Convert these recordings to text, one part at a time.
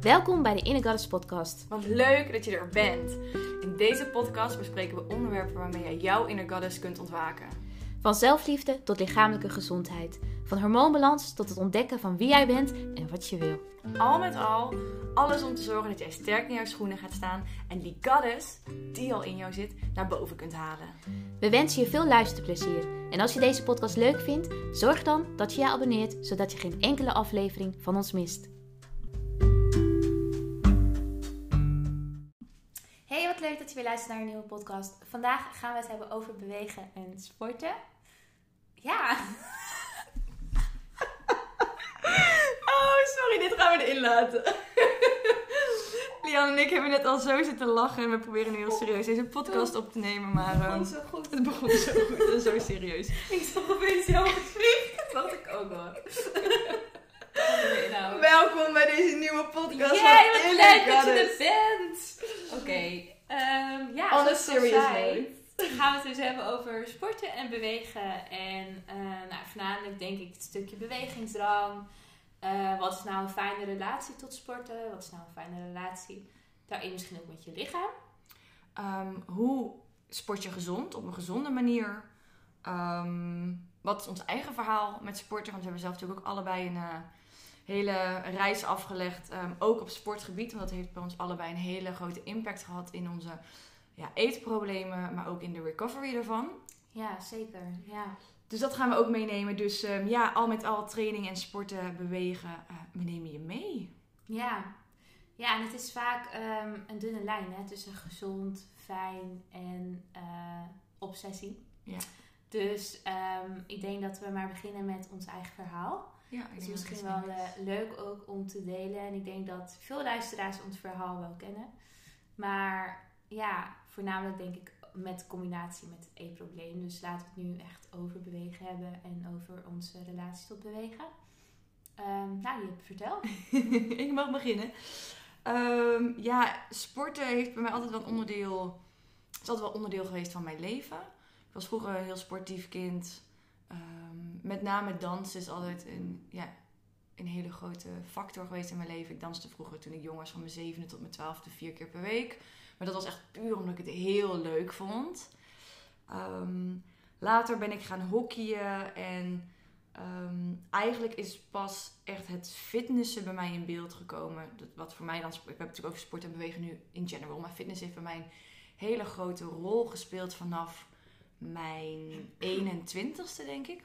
Welkom bij de Inner Goddess podcast. Wat leuk dat je er bent. In deze podcast bespreken we onderwerpen waarmee jij jouw Inner Goddess kunt ontwaken. Van zelfliefde tot lichamelijke gezondheid. Van hormoonbalans tot het ontdekken van wie jij bent en wat je wil. Al met al, alles om te zorgen dat jij sterk in jouw schoenen gaat staan en die Goddess, die al in jou zit, naar boven kunt halen. We wensen je veel luisterplezier. En als je deze podcast leuk vindt, zorg dan dat je je abonneert, zodat je geen enkele aflevering van ons mist. Hey, wat leuk dat je weer luistert naar een nieuwe podcast. Vandaag gaan we het hebben over bewegen en sporten. Ja. Oh, sorry, dit gaan we erin laten. Lian en ik hebben net al zo zitten lachen en we proberen nu heel serieus deze podcast op te nemen, maar... Het begon zo goed. Het begon zo goed en zo serieus. Ik zag opeens jouw gezicht. Dat dacht ik ook wel. Welkom bij deze nieuwe podcast. Jij, wat leuk dat je er bent. Oké. Ja, On a serious note. Gaan we het dus hebben over sporten en bewegen. En voornamelijk denk ik het stukje bewegingsdrang. Wat is nou een fijne relatie tot sporten? Wat is nou een fijne relatie daarin misschien ook met je lichaam? Hoe sport je gezond op een gezonde manier? Wat is ons eigen verhaal met sporten? Want we hebben zelf natuurlijk ook allebei een hele reis afgelegd. Ook op sportgebied. Want dat heeft bij ons allebei een hele grote impact gehad in onze eetproblemen. Maar ook in de recovery ervan. Ja, zeker. Ja. Dus dat gaan we ook meenemen. Dus al met al training en sporten, bewegen, we nemen je mee. Ja, en het is vaak een dunne lijn tussen gezond, fijn en obsessie. Ja. Dus ik denk dat we maar beginnen met ons eigen verhaal. Ja, dat is misschien wel leuk ook om te delen. En ik denk dat veel luisteraars ons verhaal wel kennen. Maar ja, voornamelijk denk ik met combinatie met het eetprobleem. Dus laten we het nu echt over bewegen hebben en over onze relatie tot bewegen. Vertel. Ik mag beginnen. Sporten heeft bij mij altijd wel is altijd wel onderdeel geweest van mijn leven. Ik was vroeger een heel sportief kind. Met name dansen is altijd een hele grote factor geweest in mijn leven. Ik danste vroeger toen ik jong was, van mijn 7e tot mijn 12e 4 keer per week. Maar dat was echt puur omdat ik het heel leuk vond. Later ben ik gaan hockeyen en eigenlijk is pas echt het fitnessen bij mij in beeld gekomen. Wat voor mij dan, ik heb natuurlijk ook sport en bewegen nu in general, maar fitness heeft bij mij een hele grote rol gespeeld vanaf mijn 21ste, denk ik.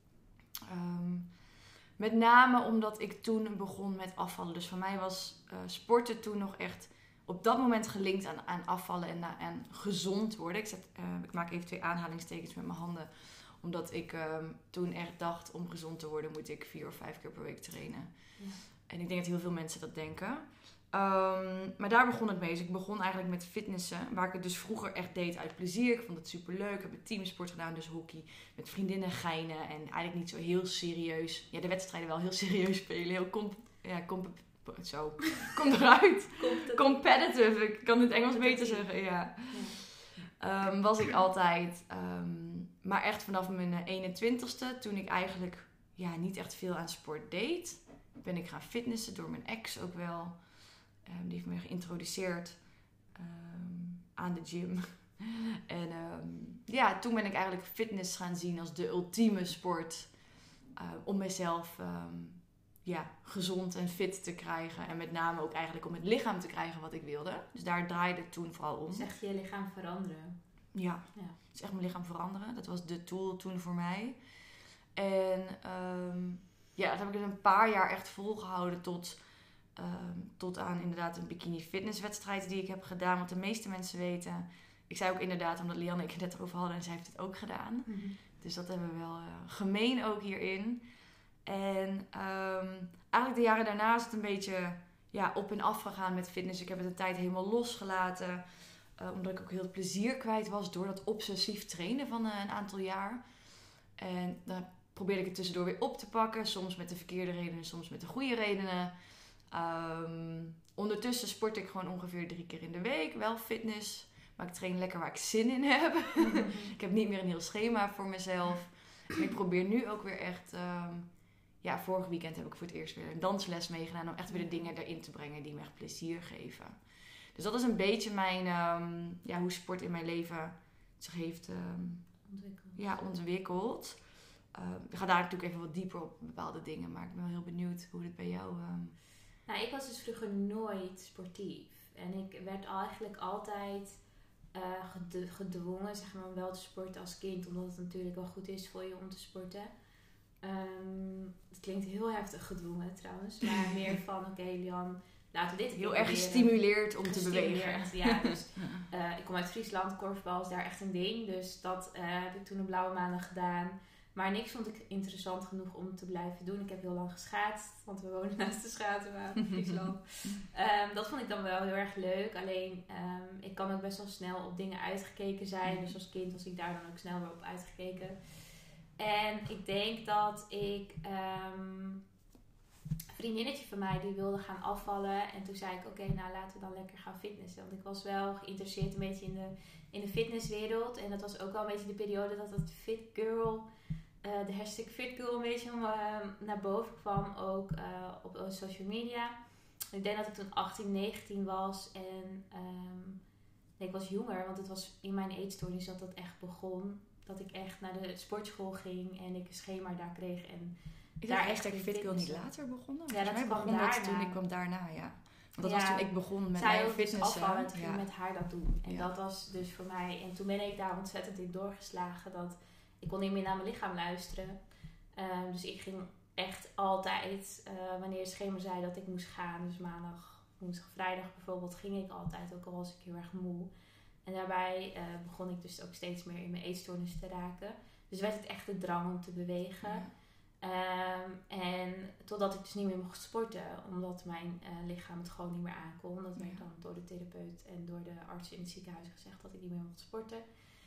Met name omdat ik toen begon met afvallen. Dus voor mij was sporten toen nog echt op dat moment gelinkt aan afvallen en aan gezond worden. Ik maak even 2 aanhalingstekens met mijn handen. Omdat ik toen echt dacht, om gezond te worden moet ik 4 of 5 keer per week trainen. Ja. En ik denk dat heel veel mensen dat denken. Maar daar begon het mee. Dus ik begon eigenlijk met fitnessen. Waar ik het dus vroeger echt deed uit plezier. Ik vond het superleuk. Ik heb een teamsport gedaan, dus hockey. Met vriendinnen geinen. En eigenlijk niet zo heel serieus. Ja, de wedstrijden wel heel serieus spelen. Heel kom eruit. Competitive. Ik kan het Engels beter zeggen. Ja. Was ik altijd. Maar echt vanaf mijn 21ste. Toen ik eigenlijk niet echt veel aan sport deed. Ben ik gaan fitnessen door mijn ex ook wel. Die heeft me geïntroduceerd aan de gym. En toen ben ik eigenlijk fitness gaan zien als de ultieme sport. Om mezelf gezond en fit te krijgen. En met name ook eigenlijk om het lichaam te krijgen wat ik wilde. Dus daar draaide het toen vooral om. Dus echt je lichaam veranderen. Ja. Dus echt mijn lichaam veranderen. Dat was de tool toen voor mij. En dat heb ik dus een paar jaar echt volgehouden tot aan inderdaad een bikini fitnesswedstrijd die ik heb gedaan. Want de meeste mensen weten. Ik zei ook inderdaad, omdat Lianne en ik het net erover hadden en zij heeft het ook gedaan. Mm-hmm. Dus dat hebben we wel gemeen ook hierin. En eigenlijk de jaren daarna is het een beetje op en af gegaan met fitness. Ik heb het een tijd helemaal losgelaten. Omdat ik ook heel het plezier kwijt was door dat obsessief trainen van een aantal jaar. En dan probeerde ik het tussendoor weer op te pakken. Soms met de verkeerde redenen, soms met de goede redenen. Ondertussen sport ik gewoon ongeveer 3 keer in de week. Wel fitness, maar ik train lekker waar ik zin in heb. Ik heb niet meer een heel schema voor mezelf. En ik probeer nu ook weer echt vorig weekend heb ik voor het eerst weer een dansles meegedaan. Om echt weer de dingen erin te brengen die me echt plezier geven. Dus dat is een beetje mijn, hoe sport in mijn leven zich heeft ontwikkeld. Ik ga daar natuurlijk even wat dieper op bepaalde dingen. Maar ik ben wel heel benieuwd hoe dit bij jou... Nou, ik was dus vroeger nooit sportief. En ik werd eigenlijk altijd gedwongen, zeg maar, om wel te sporten als kind. Omdat het natuurlijk wel goed is voor je om te sporten. Het klinkt heel heftig gedwongen trouwens. Maar meer van, oké, Lian, laten we dit heel erg gestimuleerd om te bewegen. Ja, dus ik kom uit Friesland, korfbal is daar echt een ding. Dus dat heb ik toen op blauwe maanden gedaan. Maar niks vond ik interessant genoeg om te blijven doen. Ik heb heel lang geschaatst, want we wonen naast de schaatsenbaan in Friesland. Dat vond ik dan wel heel erg leuk. Alleen, ik kan ook best wel snel op dingen uitgekeken zijn. Dus als kind was ik daar dan ook snel weer op uitgekeken. En ik denk dat ik... een vriendinnetje van mij die wilde gaan afvallen. En toen zei ik, oké, nou laten we dan lekker gaan fitnessen. Want ik was wel geïnteresseerd een beetje in de fitnesswereld. En dat was ook wel een beetje de periode dat het fit girl... de hashtag FitGirl een beetje naar boven kwam, ook op social media. Ik denk dat ik toen 18, 19 was en ik was jonger, want het was in mijn eetstoornis dat dat echt begon. Dat ik echt naar de sportschool ging en ik een schema daar kreeg. En is daar hashtag FitGirl niet later begonnen? Ja, dat kwam daarna. Toen ik kwam daarna, ja. Want dat was toen ik begon met mijn fitness. Afvallen, toen ging met haar dat doen. En dat was dus voor mij... En toen ben ik daar ontzettend in doorgeslagen dat... Ik kon niet meer naar mijn lichaam luisteren. Dus ik ging echt altijd, wanneer het schema zei dat ik moest gaan. Dus maandag, woensdag, vrijdag bijvoorbeeld, ging ik altijd. Ook al was ik heel erg moe. En daarbij begon ik dus ook steeds meer in mijn eetstoornis te raken. Dus werd het echt de drang om te bewegen. Ja. En totdat ik dus niet meer mocht sporten. Omdat mijn lichaam het gewoon niet meer aankon. Dat werd dan door de therapeut en door de arts in het ziekenhuis gezegd dat ik niet meer mocht sporten.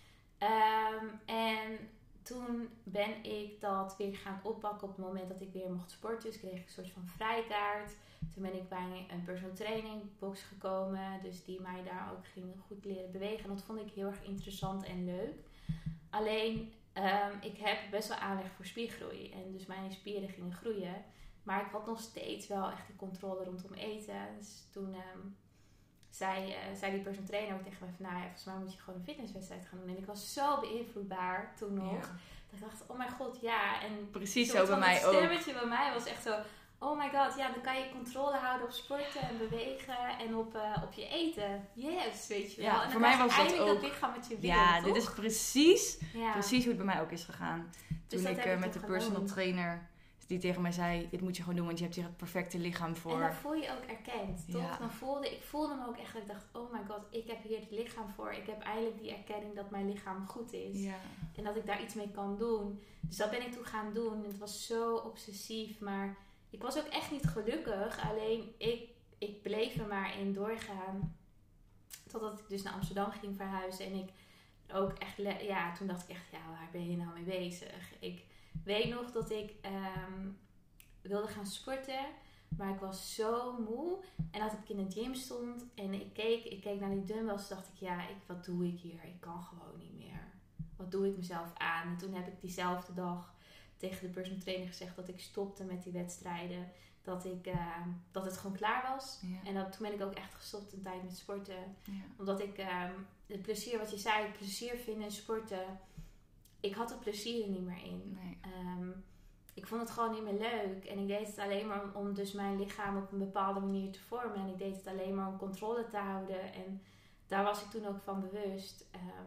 En toen ben ik dat weer gaan oppakken op het moment dat ik weer mocht sporten. Dus kreeg ik een soort van vrijkaart. Toen ben ik bij een personal training box gekomen. Dus die mij daar ook ging goed leren bewegen. En dat vond ik heel erg interessant en leuk. Alleen, ik heb best wel aanleg voor spiergroei. En dus mijn spieren gingen groeien. Maar ik had nog steeds wel echt die controle rondom eten. Dus toen... zei die personal trainer ook tegen mij van... Nou ja, volgens mij moet je gewoon een fitnesswedstrijd gaan doen. En ik was zo beïnvloedbaar toen nog. Ja. Dat ik dacht, oh mijn god, ja. En precies zo bij mij ook. Het stemmetje bij mij was echt zo... Oh my god, ja, dan kan je controle houden op sporten en bewegen en op je eten. Yes, weet je wel. Ja, en voor mij was dat ook... dat lichaam met je wil, ja, toch? Dit is precies hoe het bij mij ook is gegaan. Toen dus ik met de personal trainer... die tegen mij zei, dit moet je gewoon doen, want je hebt hier het perfecte lichaam voor. En dan voel je ook erkend, toch? Ja. Dan voelde me ook echt dat ik dacht, oh my god, ik heb hier het lichaam voor. Ik heb eigenlijk die erkenning dat mijn lichaam goed is. Ja. En dat ik daar iets mee kan doen. Dus dat ben ik toen gaan doen. Het was zo obsessief, maar ik was ook echt niet gelukkig. Alleen, ik bleef er maar in doorgaan. Totdat ik dus naar Amsterdam ging verhuizen. En ik ook echt, toen dacht ik echt, ja, waar ben je nou mee bezig? Ik weet nog dat ik wilde gaan sporten, maar ik was zo moe. En dat ik in de gym stond en ik keek naar die dumbbells, dacht ik, wat doe ik hier? Ik kan gewoon niet meer. Wat doe ik mezelf aan? En toen heb ik diezelfde dag tegen de personal trainer gezegd dat ik stopte met die wedstrijden. Dat het gewoon klaar was. Ja. En toen ben ik ook echt gestopt een tijd met sporten. Ja. Omdat ik het plezier, wat je zei, het plezier vinden in sporten... Ik had er plezier niet meer in. Nee. Ik vond het gewoon niet meer leuk. En ik deed het alleen maar om dus mijn lichaam op een bepaalde manier te vormen. En ik deed het alleen maar om controle te houden. En daar was ik toen ook van bewust.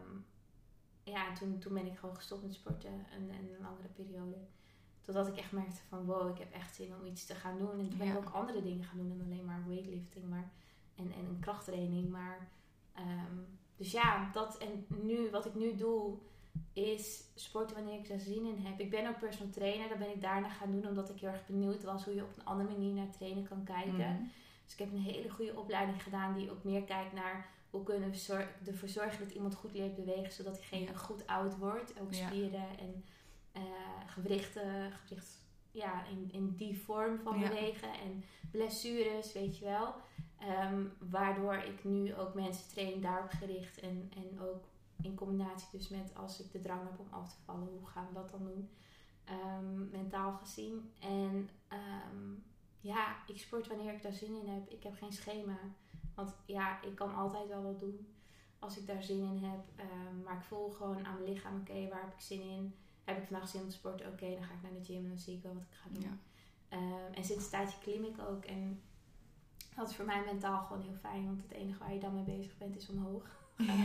Toen ben ik gewoon gestopt met sporten. Een langere periode. Totdat ik echt merkte van wow, ik heb echt zin om iets te gaan doen. En toen ben ik ook andere dingen gaan doen dan alleen maar weightlifting. En krachttraining. Maar dus ja, dat en nu wat ik nu doe... is sporten wanneer ik er zin in heb. Ik ben ook personal trainer. Dat ben ik daarna gaan doen omdat ik heel erg benieuwd was hoe je op een andere manier naar trainen kan kijken. Mm-hmm. Dus ik heb een hele goede opleiding gedaan die ook meer kijkt naar hoe kunnen we ervoor zorgen dat iemand goed leert bewegen zodat diegene goed oud wordt. Ook spieren en gewricht in die vorm van bewegen en blessures, weet je wel. Waardoor ik nu ook mensen train daarop gericht en ook in combinatie dus met als ik de drang heb om af te vallen, hoe gaan we dat dan doen? mentaal gezien. En ja, ik sport wanneer ik daar zin in heb. Ik heb geen schema. Want ja, ik kan altijd wel wat doen als ik daar zin in heb. Maar ik voel gewoon aan mijn lichaam, oké, waar heb ik zin in? Heb ik vandaag zin om te sporten? Oké, dan ga ik naar de gym en dan zie ik wel wat ik ga doen. Ja. En sinds een tijdje klim ik ook. En dat is voor mij mentaal gewoon heel fijn. Want het enige waar je dan mee bezig bent is omhoog.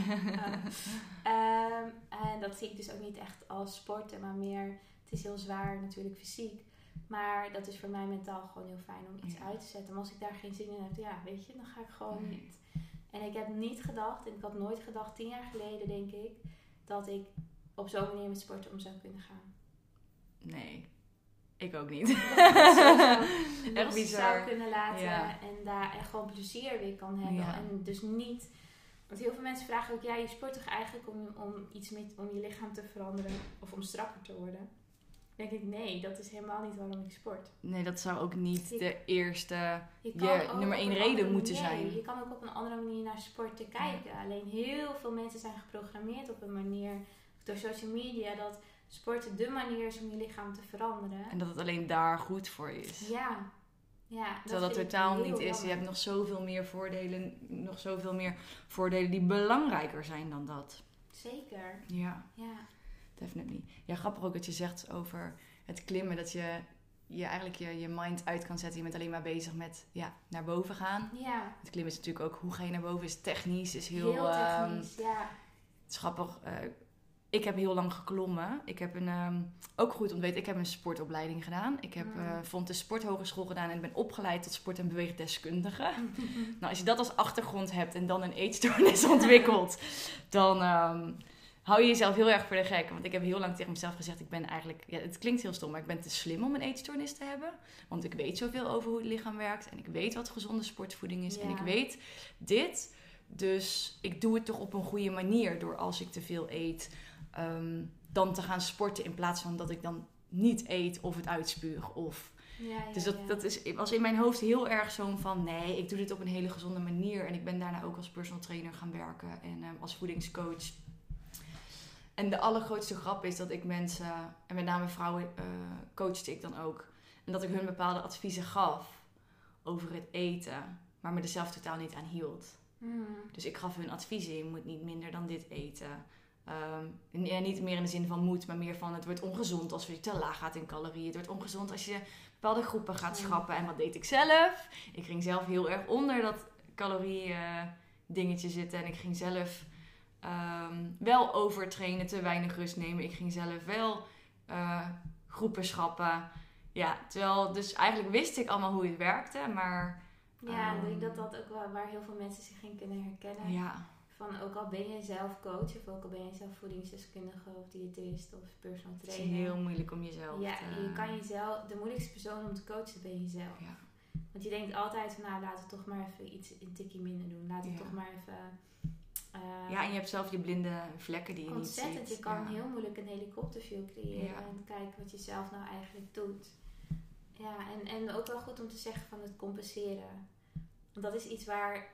En dat zie ik dus ook niet echt als sporten. Maar meer, het is heel zwaar natuurlijk fysiek. Maar dat is voor mij mentaal gewoon heel fijn om iets uit te zetten. Maar als ik daar geen zin in heb, ja, weet je, dan ga ik gewoon niet. En ik heb niet gedacht, en ik had nooit gedacht, 10 jaar geleden denk ik, dat ik op zo'n manier met sporten om zou kunnen gaan. Nee, ik ook niet. Echt bizar. Zou kunnen laten en daar echt gewoon plezier weer kan hebben. Ja. En dus niet, want heel veel mensen vragen ook, ja, je sport toch eigenlijk om je lichaam te veranderen of om strakker te worden? Denk ik, nee, dat is helemaal niet waarom ik sport. Nee, dat zou ook niet de eerste, je nummer 1 reden moeten zijn. Je kan ook op een andere manier naar sporten kijken. Ja. Alleen heel veel mensen zijn geprogrammeerd op een manier, door social media, dat sporten de manier is om je lichaam te veranderen. En dat het alleen daar goed voor is. Ja. Terwijl dat totaal niet is. Je hebt nog zoveel meer voordelen die belangrijker zijn dan dat. Zeker. Ja. Definitely. Ja, grappig ook dat je zegt over het klimmen. Dat je eigenlijk je mind uit kan zetten. Je bent alleen maar bezig met naar boven gaan. Ja. Het klimmen is natuurlijk ook, hoe ga je naar boven? Is technisch. Is heel technisch, ja. Het is grappig. Ik heb heel lang geklommen. Ik heb ook goed om te weten, ik heb een sportopleiding gedaan. Ik heb de Sporthogeschool gedaan en ben opgeleid tot sport- en beweegdeskundige. Nou, als je dat als achtergrond hebt en dan een eetstoornis ontwikkelt, dan hou je jezelf heel erg voor de gek. Want ik heb heel lang tegen mezelf gezegd, ik ben eigenlijk, het klinkt heel stom, maar ik ben te slim om een eetstoornis te hebben. Want ik weet zoveel over hoe het lichaam werkt en ik weet wat gezonde sportvoeding is en ik weet dit. Dus ik doe het toch op een goede manier door als ik te veel eet, dan te gaan sporten in plaats van dat ik dan niet eet of het uitspuug. Dus dat was in mijn hoofd heel erg zo'n van, nee, ik doe dit op een hele gezonde manier. En ik ben daarna ook als personal trainer gaan werken en als voedingscoach. En de allergrootste grap is dat ik mensen, en met name vrouwen, coachte ik dan ook. En dat ik hun bepaalde adviezen gaf over het eten, maar me er zelf totaal niet aan hield. Dus ik gaf hun adviezen, je moet niet minder dan dit eten. Niet meer in de zin van moet, maar meer van het wordt ongezond als je te laag gaat in calorieën. Het wordt ongezond als je bepaalde groepen gaat schrappen. En wat deed ik zelf? Ik ging zelf heel erg onder dat calorie dingetje zitten. En ik ging zelf wel overtrainen, te weinig rust nemen. Ik ging zelf wel groepen schrappen. Ja, terwijl dus eigenlijk wist ik allemaal hoe het werkte, maar... Ja, ik denk dat dat ook wel waar heel veel mensen zich in kunnen herkennen. Ja. Van ook al ben je zelf coach of ook al ben je zelf voedingsdeskundige of diëtist of personal trainer. Het is heel moeilijk om jezelf je kan jezelf, de moeilijkste persoon om te coachen ben jezelf. Ja. Want je denkt altijd van laten we toch maar even een tikje minder doen. Laten we toch maar even... en je hebt zelf je blinde vlekken die je niet ziet. Ontzettend, je kan heel moeilijk een helikopterview creëren en kijken wat je zelf nou eigenlijk doet. Ja, en ook wel goed om te zeggen van het compenseren. Want dat is iets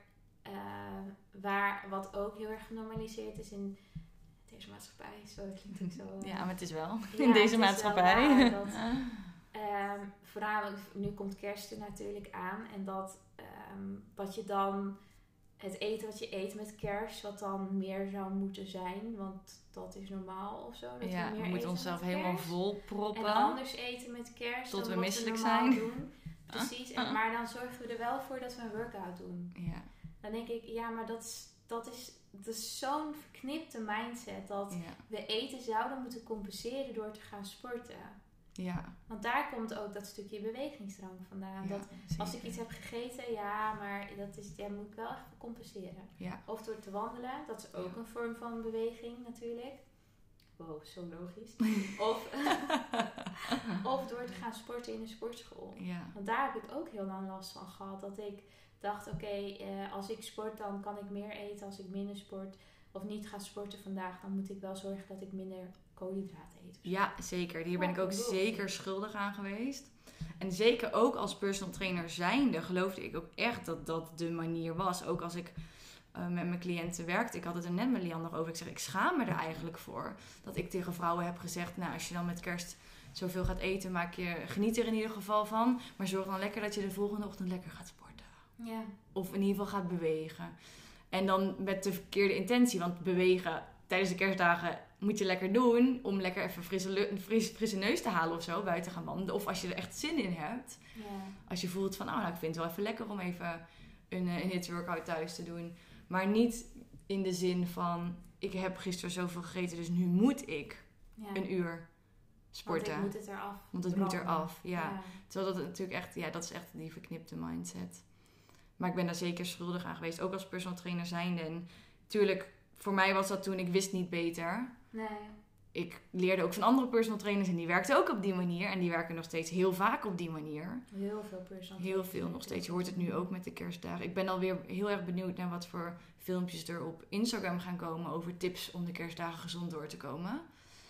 wat ook heel erg genormaliseerd is in deze maatschappij. Zo klinkt het zo. Ja, maar het is wel in deze maatschappij. Voornamelijk, nu komt kerst er natuurlijk aan. En dat wat je dan, het eten wat je eet met kerst, wat dan meer zou moeten zijn. Want dat is normaal of zo. Dat we moeten onszelf helemaal vol proppen. En anders eten met kerst. Tot we misselijk zijn. Doen. Precies, maar dan zorgen we er wel voor dat we een workout doen. Ja. Dan denk ik, maar dat is zo'n verknipte mindset dat we eten zouden moeten compenseren door te gaan sporten. Ja. Want daar komt ook dat stukje bewegingsdrang vandaan. Ja, dat als ik iets heb gegeten, maar moet ik wel even compenseren. Ja. Of door te wandelen, dat is ook een vorm van beweging natuurlijk. Wow, zo logisch. Of door te gaan sporten in een sportschool. Ja. Want daar heb ik ook heel lang last van gehad. Dat ik dacht, als ik sport dan kan ik meer eten. Als ik minder sport of niet ga sporten vandaag, dan moet ik wel zorgen dat ik minder koolhydraten eet. Ja, zeker. Hier ben ik ook zeker schuldig aan geweest. En zeker ook als personal trainer zijnde geloofde ik ook echt dat dat de manier was. Ook als ik met mijn cliënten werkte. Ik had het er net met Lian nog over. Ik zeg, ik schaam me er eigenlijk voor. Dat ik tegen vrouwen heb gezegd, nou, als je dan met kerst zoveel gaat eten, geniet er in ieder geval van. Maar zorg dan lekker dat je de volgende ochtend lekker gaat sporten. Ja. Of in ieder geval gaat bewegen. En dan met de verkeerde intentie. Want bewegen tijdens de kerstdagen moet je lekker doen. Om lekker even frisse neus te halen of zo. Buiten gaan wandelen. Of als je er echt zin in hebt. Ja. Als je voelt van, nou, ik vind het wel even lekker om even een hit workout thuis te doen. Maar niet in de zin van, ik heb gisteren zoveel gegeten, dus nu moet ik een uur sporten. Want het moet eraf. Want het moet eraf, ja. Terwijl dat natuurlijk echt, dat is echt die verknipte mindset. Maar ik ben daar zeker schuldig aan geweest, ook als personal trainer zijnde. En natuurlijk, voor mij was dat toen, ik wist niet beter. Nee. Ik leerde ook van andere personal trainers en die werkten ook op die manier. En die werken nog steeds heel vaak op die manier. Heel veel personal Heel veel nog steeds. Je hoort het nu ook met de kerstdagen. Ik ben alweer heel erg benieuwd naar wat voor filmpjes er op Instagram gaan komen over tips om de kerstdagen gezond door te komen.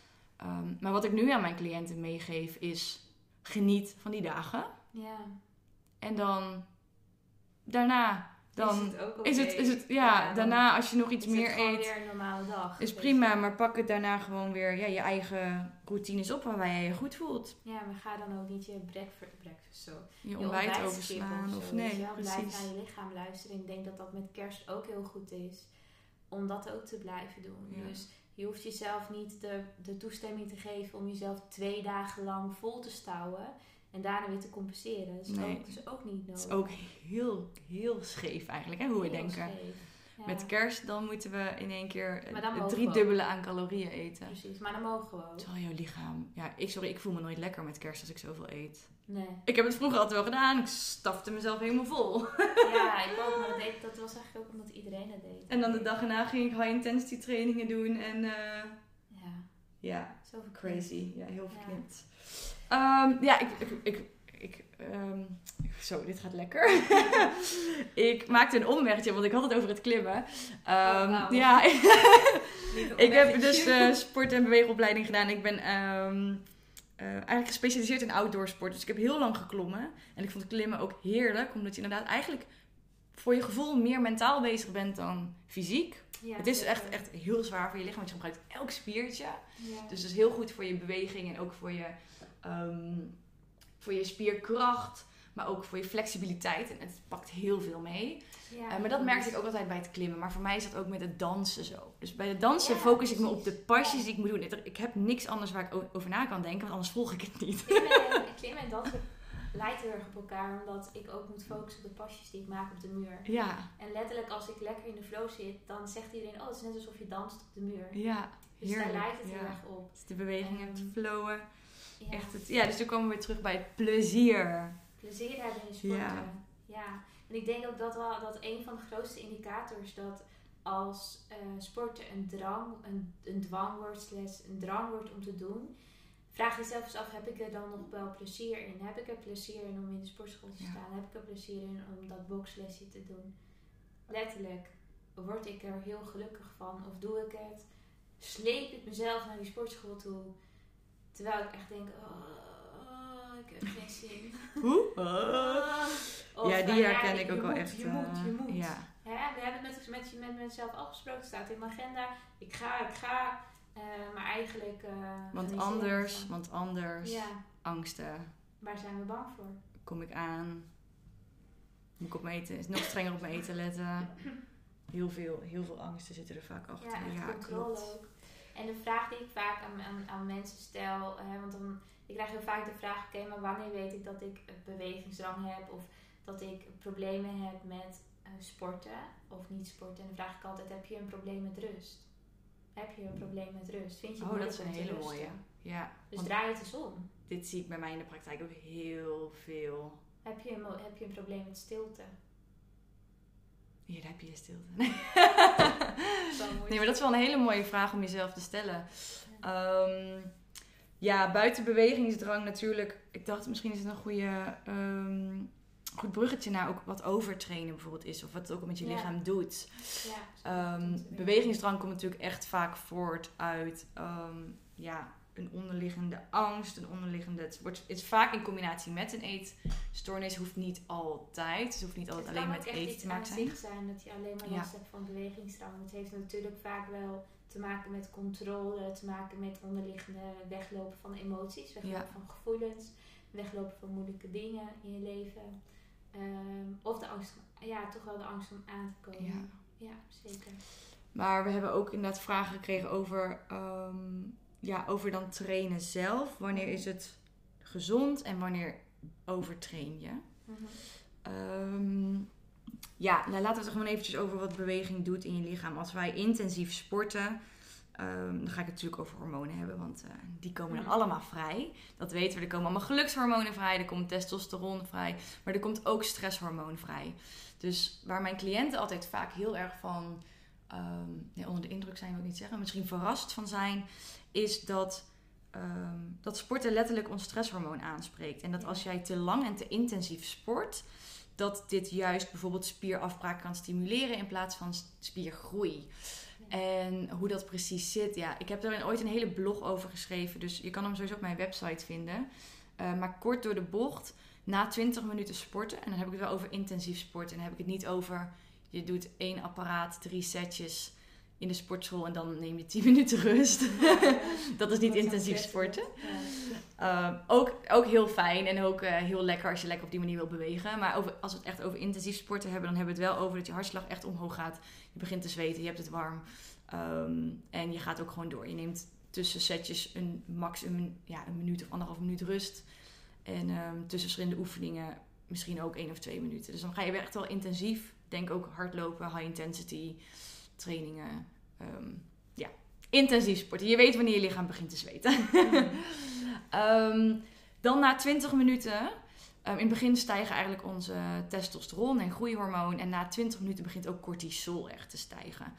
Maar wat ik nu aan mijn cliënten meegeef is, geniet van die dagen. Ja. En dan daarna... Dan is het daarna als je nog iets meer eet, weer een normale dag. Is prima, maar pak het daarna gewoon weer je eigen routines op waarbij je je goed voelt. Ja, maar ga dan ook niet je breakfast zo. Je ontbijt overslaan of nee, precies. Blijf naar precies. je lichaam luisteren. En ik denk dat dat met kerst ook heel goed is. Om dat ook te blijven doen. Ja. Dus je hoeft jezelf niet de toestemming te geven om jezelf 2 dagen lang vol te stouwen. En daarna weer te compenseren. Dat is ook niet nodig. Het is ook heel, heel scheef eigenlijk, hè, hoe we denken. Ja. Met kerst, dan moeten we in één keer 3 we dubbele aan calorieën eten. Precies, maar dan mogen we ook. Terwijl jouw lichaam... Ja, ik voel me nooit lekker met kerst als ik zoveel eet. Nee. Ik heb het vroeger altijd wel gedaan. Ik stafte mezelf helemaal vol. Ja, ik ook, maar dat was eigenlijk ook omdat iedereen het deed. En dan de dag erna ging ik high intensity trainingen doen. En ja, zoveel crazy. Ja, heel verknipt. Zo, dit gaat lekker. Ik maakte een omwegje, want ik had het over het klimmen. Ja, ik heb dus sport- en beweegopleiding gedaan. Ik ben eigenlijk gespecialiseerd in outdoor sport. Dus ik heb heel lang geklommen. En ik vond klimmen ook heerlijk, omdat je inderdaad eigenlijk voor je gevoel meer mentaal bezig bent dan fysiek. Ja, het is echt heel zwaar voor je lichaam, want je gebruikt elk spiertje. Ja. Dus het is heel goed voor je beweging en ook voor je spierkracht, maar ook voor je flexibiliteit. En het pakt heel veel mee. Ja, maar dat merkte ik ook altijd bij het klimmen. Maar voor mij is dat ook met het dansen zo. Dus bij het dansen focus ik me op de pasjes die ik moet doen. Ik heb niks anders waar ik over na kan denken, want anders volg ik het niet. Klimmen en dansen lijkt heel erg op elkaar, omdat ik ook moet focussen op de pasjes die ik maak op de muur. Ja. En letterlijk als ik lekker in de flow zit, dan zegt iedereen, het is net alsof je danst op de muur. Ja, dus daar lijkt het heel erg op. Dus de beweging hebt flowen. Ja. Echt dus toen komen we weer terug bij het plezier. Plezier hebben in sporten. Ja. En ik denk ook dat een van de grootste indicators dat als sporten een dwang wordt om te doen, vraag jezelf eens af, heb ik er dan nog wel plezier in? Heb ik er plezier in om in de sportschool te staan? Heb ik er plezier in om dat bokslesje te doen? Letterlijk, word ik er heel gelukkig van? Of doe ik het? Sleep ik mezelf naar die sportschool toe? Terwijl ik echt denk, ik heb geen zin. Hoe? Die herken ik ook wel echt. Je moet. Ja. We hebben het met mezelf afgesproken. Het staat in mijn agenda. Ik ga. Maar eigenlijk... want anders. Ja. Angsten. Waar zijn we bang voor? Kom ik aan? Moet ik op mijn eten? Nog strenger op mijn eten letten? Heel veel angsten zitten er vaak achter. Ja, controle ook. En de vraag die ik vaak aan mensen stel, want ik krijg heel vaak de vraag, oké, maar wanneer weet ik dat ik bewegingsdrang heb of dat ik problemen heb met sporten of niet sporten? En dan vraag ik altijd, heb je een probleem met rust? Heb je een probleem met rust? Vind je het dat is een hele mooie. Ja. Dus draai het eens om. Dit zie ik bij mij in de praktijk ook heel veel. Heb je een probleem met stilte? Hier heb je stilte. Nee, maar dat is wel een hele mooie vraag om jezelf te stellen. Buiten bewegingsdrang natuurlijk. Ik dacht, misschien is het een goed bruggetje naar ook wat overtrainen bijvoorbeeld is. Of wat het ook met je lichaam doet. Ja, bewegingsdrang komt natuurlijk echt vaak voort uit een onderliggende angst, een onderliggende... Het is vaak in combinatie met een eetstoornis. Hoeft niet altijd. Het hoeft niet altijd alleen met eten te maken zijn. Het kan ook echt iets aan zich zijn dat je alleen maar last hebt van bewegingsdrang. Het heeft natuurlijk vaak wel te maken met controle, te maken met onderliggende weglopen van emoties, weglopen van gevoelens, weglopen van moeilijke dingen in je leven. Of de angst, toch wel de angst om aan te komen. Ja, zeker. Maar we hebben ook inderdaad vragen gekregen over dan trainen zelf. Wanneer is het gezond en wanneer overtrain je? Nou laten we het gewoon eventjes over wat beweging doet in je lichaam. Als wij intensief sporten, dan ga ik het natuurlijk over hormonen hebben, want die komen dan allemaal vrij. Dat weten we, er komen allemaal gelukshormonen vrij, er komt testosteron vrij, maar er komt ook stresshormoon vrij. Dus waar mijn cliënten altijd vaak heel erg van onder de indruk zijn, wil ik niet zeggen, misschien verrast van zijn, is dat sporten letterlijk ons stresshormoon aanspreekt. En dat als jij te lang en te intensief sport, dat dit juist bijvoorbeeld spierafbraak kan stimuleren in plaats van spiergroei. En hoe dat precies zit, ik heb daar ooit een hele blog over geschreven, dus je kan hem sowieso op mijn website vinden. Maar kort door de bocht, na 20 minuten sporten, en dan heb ik het wel over intensief sporten, en dan heb ik het niet over, je doet 1 apparaat, 3 setjes in de sportschool en dan neem je 10 minuten rust. Dat is niet intensief sporten. Ook heel fijn en ook heel lekker als je lekker op die manier wil bewegen. Maar als we het echt over intensief sporten hebben, dan hebben we het wel over dat je hartslag echt omhoog gaat. Je begint te zweten, je hebt het warm. En je gaat ook gewoon door. Je neemt tussen setjes een minuut of 1,5 minuut rust. En tussen verschillende oefeningen misschien ook 1 of 2 minuten. Dus dan ga je weer echt wel intensief. Denk ook hardlopen, high intensity trainingen. Intensief sporten. Je weet wanneer je lichaam begint te zweten. Dan na 20 minuten. In het begin stijgen eigenlijk onze testosteron en groeihormoon. En na 20 minuten begint ook cortisol echt te stijgen.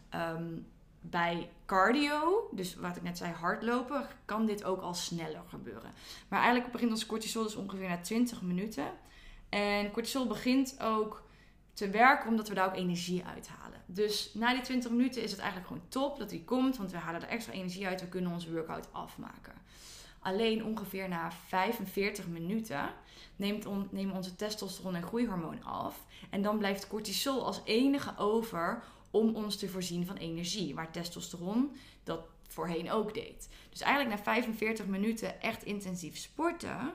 Bij cardio, dus wat ik net zei, hardlopen, kan dit ook al sneller gebeuren. Maar eigenlijk begint ons cortisol dus ongeveer na 20 minuten. En cortisol begint ook te werken omdat we daar ook energie uithalen. Dus na die 20 minuten is het eigenlijk gewoon top dat die komt, want we halen er extra energie uit. We kunnen onze workout afmaken. Alleen ongeveer na 45 minuten nemen onze testosteron en groeihormoon af. En dan blijft cortisol als enige over om ons te voorzien van energie. Waar testosteron dat voorheen ook deed. Dus eigenlijk na 45 minuten echt intensief sporten,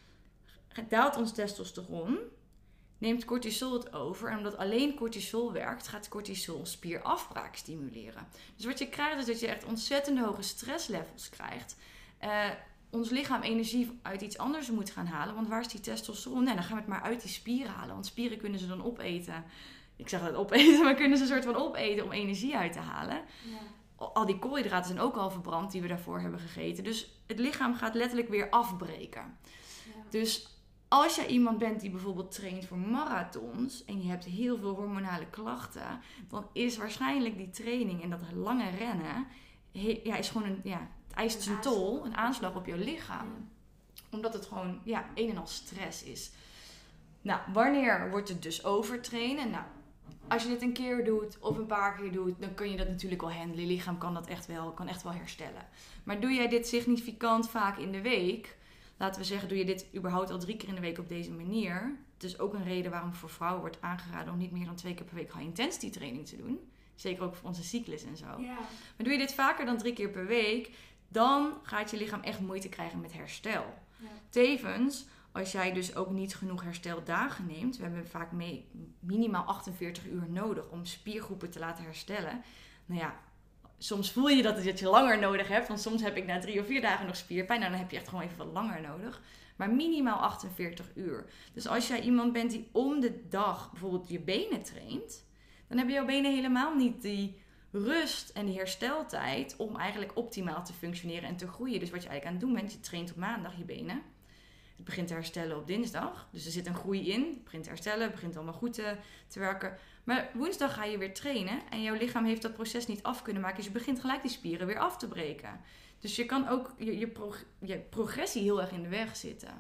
daalt ons testosteron, neemt cortisol het over. En omdat alleen cortisol werkt, gaat cortisol spierafbraak stimuleren. Dus wat je krijgt is dat je echt ontzettend hoge stresslevels krijgt. Ons lichaam energie uit iets anders moet gaan halen. Want waar is die testosteron? Nee, dan gaan we het maar uit die spieren halen. Want spieren kunnen ze dan opeten. Ik zeg dat opeten, maar kunnen ze een soort van opeten om energie uit te halen. Ja. Al die koolhydraten zijn ook al verbrand die we daarvoor hebben gegeten. Dus het lichaam gaat letterlijk weer afbreken. Ja. Dus als jij iemand bent die bijvoorbeeld traint voor marathons en je hebt heel veel hormonale klachten, dan is waarschijnlijk die training en dat lange rennen is gewoon het eist zijn tol, een aanslag op je lichaam. Ja. Omdat het gewoon een en al stress is. Nou, wanneer wordt het dus overtrainen? Nou, als je dit een keer doet of een paar keer doet, dan kun je dat natuurlijk wel handelen. Je lichaam kan dat echt wel herstellen. Maar doe jij dit significant vaak in de week, laten we zeggen, doe je dit überhaupt al 3 keer in de week op deze manier. Het is ook een reden waarom voor vrouwen wordt aangeraden om niet meer dan 2 keer per week high intensity training te doen. Zeker ook voor onze cyclus en zo. Ja. Maar doe je dit vaker dan 3 keer per week, dan gaat je lichaam echt moeite krijgen met herstel. Ja. Tevens, als jij dus ook niet genoeg hersteldagen neemt, we hebben vaak minimaal 48 uur nodig om spiergroepen te laten herstellen. Nou ja, soms voel je dat je langer nodig hebt, want soms heb ik na 3 of 4 dagen nog spierpijn. Nou, dan heb je echt gewoon even wat langer nodig. Maar minimaal 48 uur. Dus als jij iemand bent die om de dag bijvoorbeeld je benen traint, dan hebben jouw benen helemaal niet die rust en die hersteltijd om eigenlijk optimaal te functioneren en te groeien. Dus wat je eigenlijk aan het doen bent, je traint op maandag je benen. Het begint te herstellen op dinsdag. Dus er zit een groei in. Het begint te herstellen, het begint allemaal goed te werken. Maar woensdag ga je weer trainen en jouw lichaam heeft dat proces niet af kunnen maken. Dus je begint gelijk die spieren weer af te breken. Dus je kan ook je progressie heel erg in de weg zitten.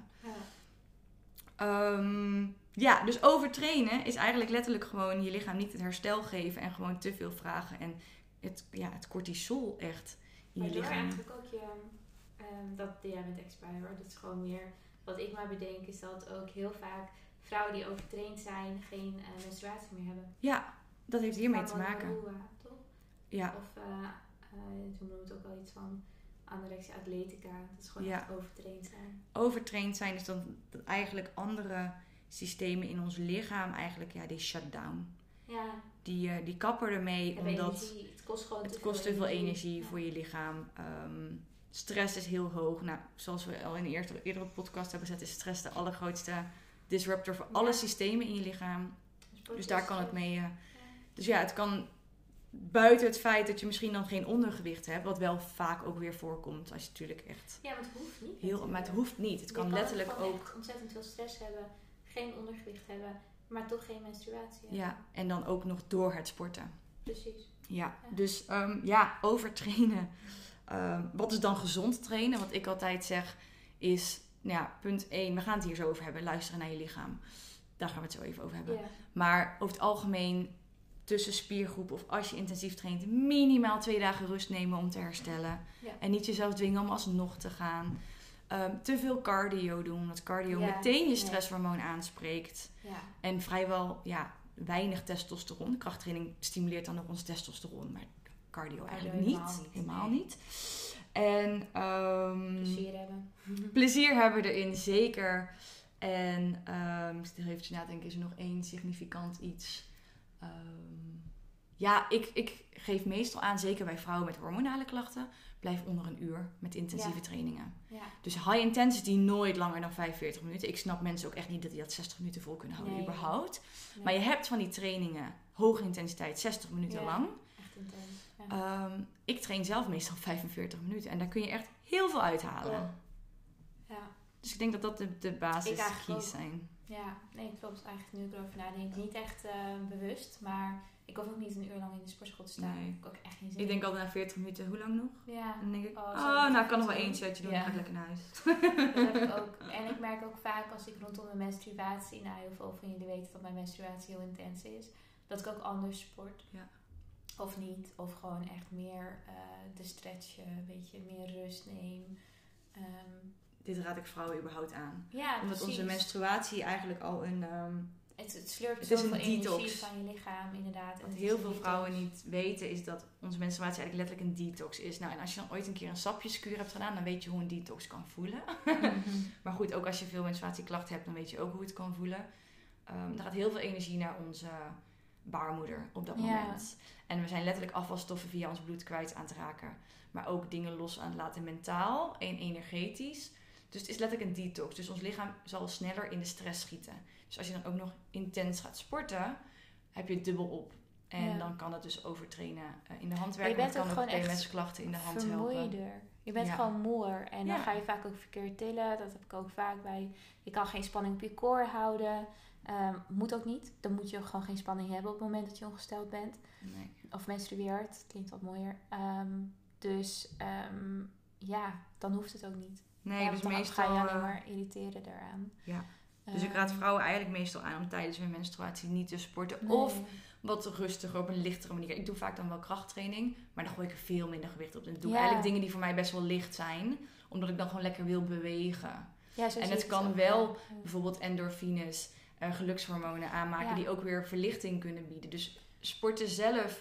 Ja. Dus overtrainen is eigenlijk letterlijk gewoon je lichaam niet het herstel geven en gewoon te veel vragen. En het cortisol echt in je lichaam. Waardoor eigenlijk ook je dat deed jij met Expire. Dat is gewoon meer wat ik maar bedenk, is dat ook heel vaak vrouwen die overtraind zijn geen menstruatie meer hebben. Ja, dat heeft hiermee te maken. Toch? Ja. Of toen noemen we het ook wel iets van anorexia atletica. Dat is gewoon echt overtraind zijn. Overtraind zijn is dan dat eigenlijk andere systemen in ons lichaam eigenlijk, die shut down. Ja. Die kappen ermee, omdat het kost gewoon te veel energie voor je lichaam. Stress is heel hoog. Nou, zoals we al in een eerdere podcast hebben gezet, is stress de allergrootste disruptor voor alle systemen in je lichaam. Dus daar kan het mee. Dus ja, het kan buiten het feit dat je misschien dan geen ondergewicht hebt, wat wel vaak ook weer voorkomt als je natuurlijk echt. Ja, maar het hoeft niet. Maar het hoeft niet. Het kan letterlijk ook ontzettend veel stress hebben, geen ondergewicht hebben, maar toch geen menstruatie hebben. Ja, en dan ook nog door het sporten. Precies. Ja. Dus overtrainen. Wat is dan gezond trainen? Wat ik altijd zeg is, punt 1, we gaan het hier zo over hebben. Luisteren naar je lichaam. Daar gaan we het zo even over hebben. Ja. Maar over het algemeen, tussen spiergroepen of als je intensief traint, minimaal 2 dagen rust nemen om te herstellen. Ja. En niet jezelf dwingen om alsnog te gaan. Te veel cardio doen, omdat cardio meteen je stresshormoon aanspreekt. Ja. En vrijwel weinig testosteron. Krachttraining stimuleert dan nog ons testosteron, maar cardio eigenlijk helemaal niet. En plezier hebben erin, zeker. En ik zit er eventjes na te denken, is er nog één significant iets? Ik geef meestal aan, zeker bij vrouwen met hormonale klachten, blijf onder een uur met intensieve trainingen. Ja. Dus high intensity nooit langer dan 45 minuten. Ik snap mensen ook echt niet dat die dat 60 minuten vol kunnen houden, überhaupt. Nee. Maar je hebt van die trainingen, hoge intensiteit, 60 minuten lang. Echt intens. Ja. Ik train zelf meestal 45 minuten en daar kun je echt heel veel uithalen. Ja. Dus ik denk dat dat de basis keys zijn. Ja, nee, klopt. Eigenlijk nu ik erover nadenk, niet echt bewust, maar ik hoef ook niet een uur lang in de sportschool te staan. Nee. Ik heb ook echt geen zin. Ik denk altijd na 40 minuten, hoe lang nog? Ja. Dan denk ik, ik kan nog wel 1 setje doen, dan ga ik lekker naar huis. Dat heb ik ook. En ik merk ook vaak als ik rondom mijn menstruatie, heel veel van jullie weten dat mijn menstruatie heel intens is, dat ik ook anders sport. Ja. Of niet, of gewoon echt meer de stretchen, een beetje meer rust neem. Dit raad ik vrouwen überhaupt aan. Ja, omdat onze menstruatie eigenlijk al een... Het slurpt zoveel energie van je lichaam, inderdaad. Wat heel veel vrouwen niet weten, is dat onze menstruatie eigenlijk letterlijk een detox is. Nou, en als je dan ooit een keer een sapjeskuur hebt gedaan, dan weet je hoe een detox kan voelen. Mm-hmm. Maar goed, ook als je veel menstruatieklachten hebt, dan weet je ook hoe het kan voelen. Er gaat heel veel energie naar onze baarmoeder op dat moment. En we zijn letterlijk afvalstoffen via ons bloed kwijt aan te raken. Maar ook dingen los aan het laten mentaal en energetisch. Dus het is letterlijk een detox. Dus ons lichaam zal sneller in de stress schieten. Dus als je dan ook nog intens gaat sporten, heb je het dubbel op. En dan kan het dus overtrainen in de hand werken. Het kan ook PMS-klachten in de hand helpen. Je bent gewoon moer. En dan ga je vaak ook verkeerd tillen. Dat heb ik ook vaak bij. Je kan geen spanning op je core houden. Moet ook niet. Dan moet je gewoon geen spanning hebben op het moment dat je ongesteld bent. Nee. Of menstrueert. Dat klinkt wat mooier. Dan hoeft het ook niet. Nee, dus meestal ga je alleen maar irriteren daaraan. Ja. Dus ik raad vrouwen eigenlijk meestal aan om tijdens hun menstruatie niet te sporten. Nee. Of wat rustiger op een lichtere manier. Ik doe vaak dan wel krachttraining, maar dan gooi ik er veel minder gewicht op. En doe eigenlijk dingen die voor mij best wel licht zijn, omdat ik dan gewoon lekker wil bewegen. Ja, en het kan wel bijvoorbeeld endorfines, gelukshormonen aanmaken die ook weer verlichting kunnen bieden. Dus sporten zelf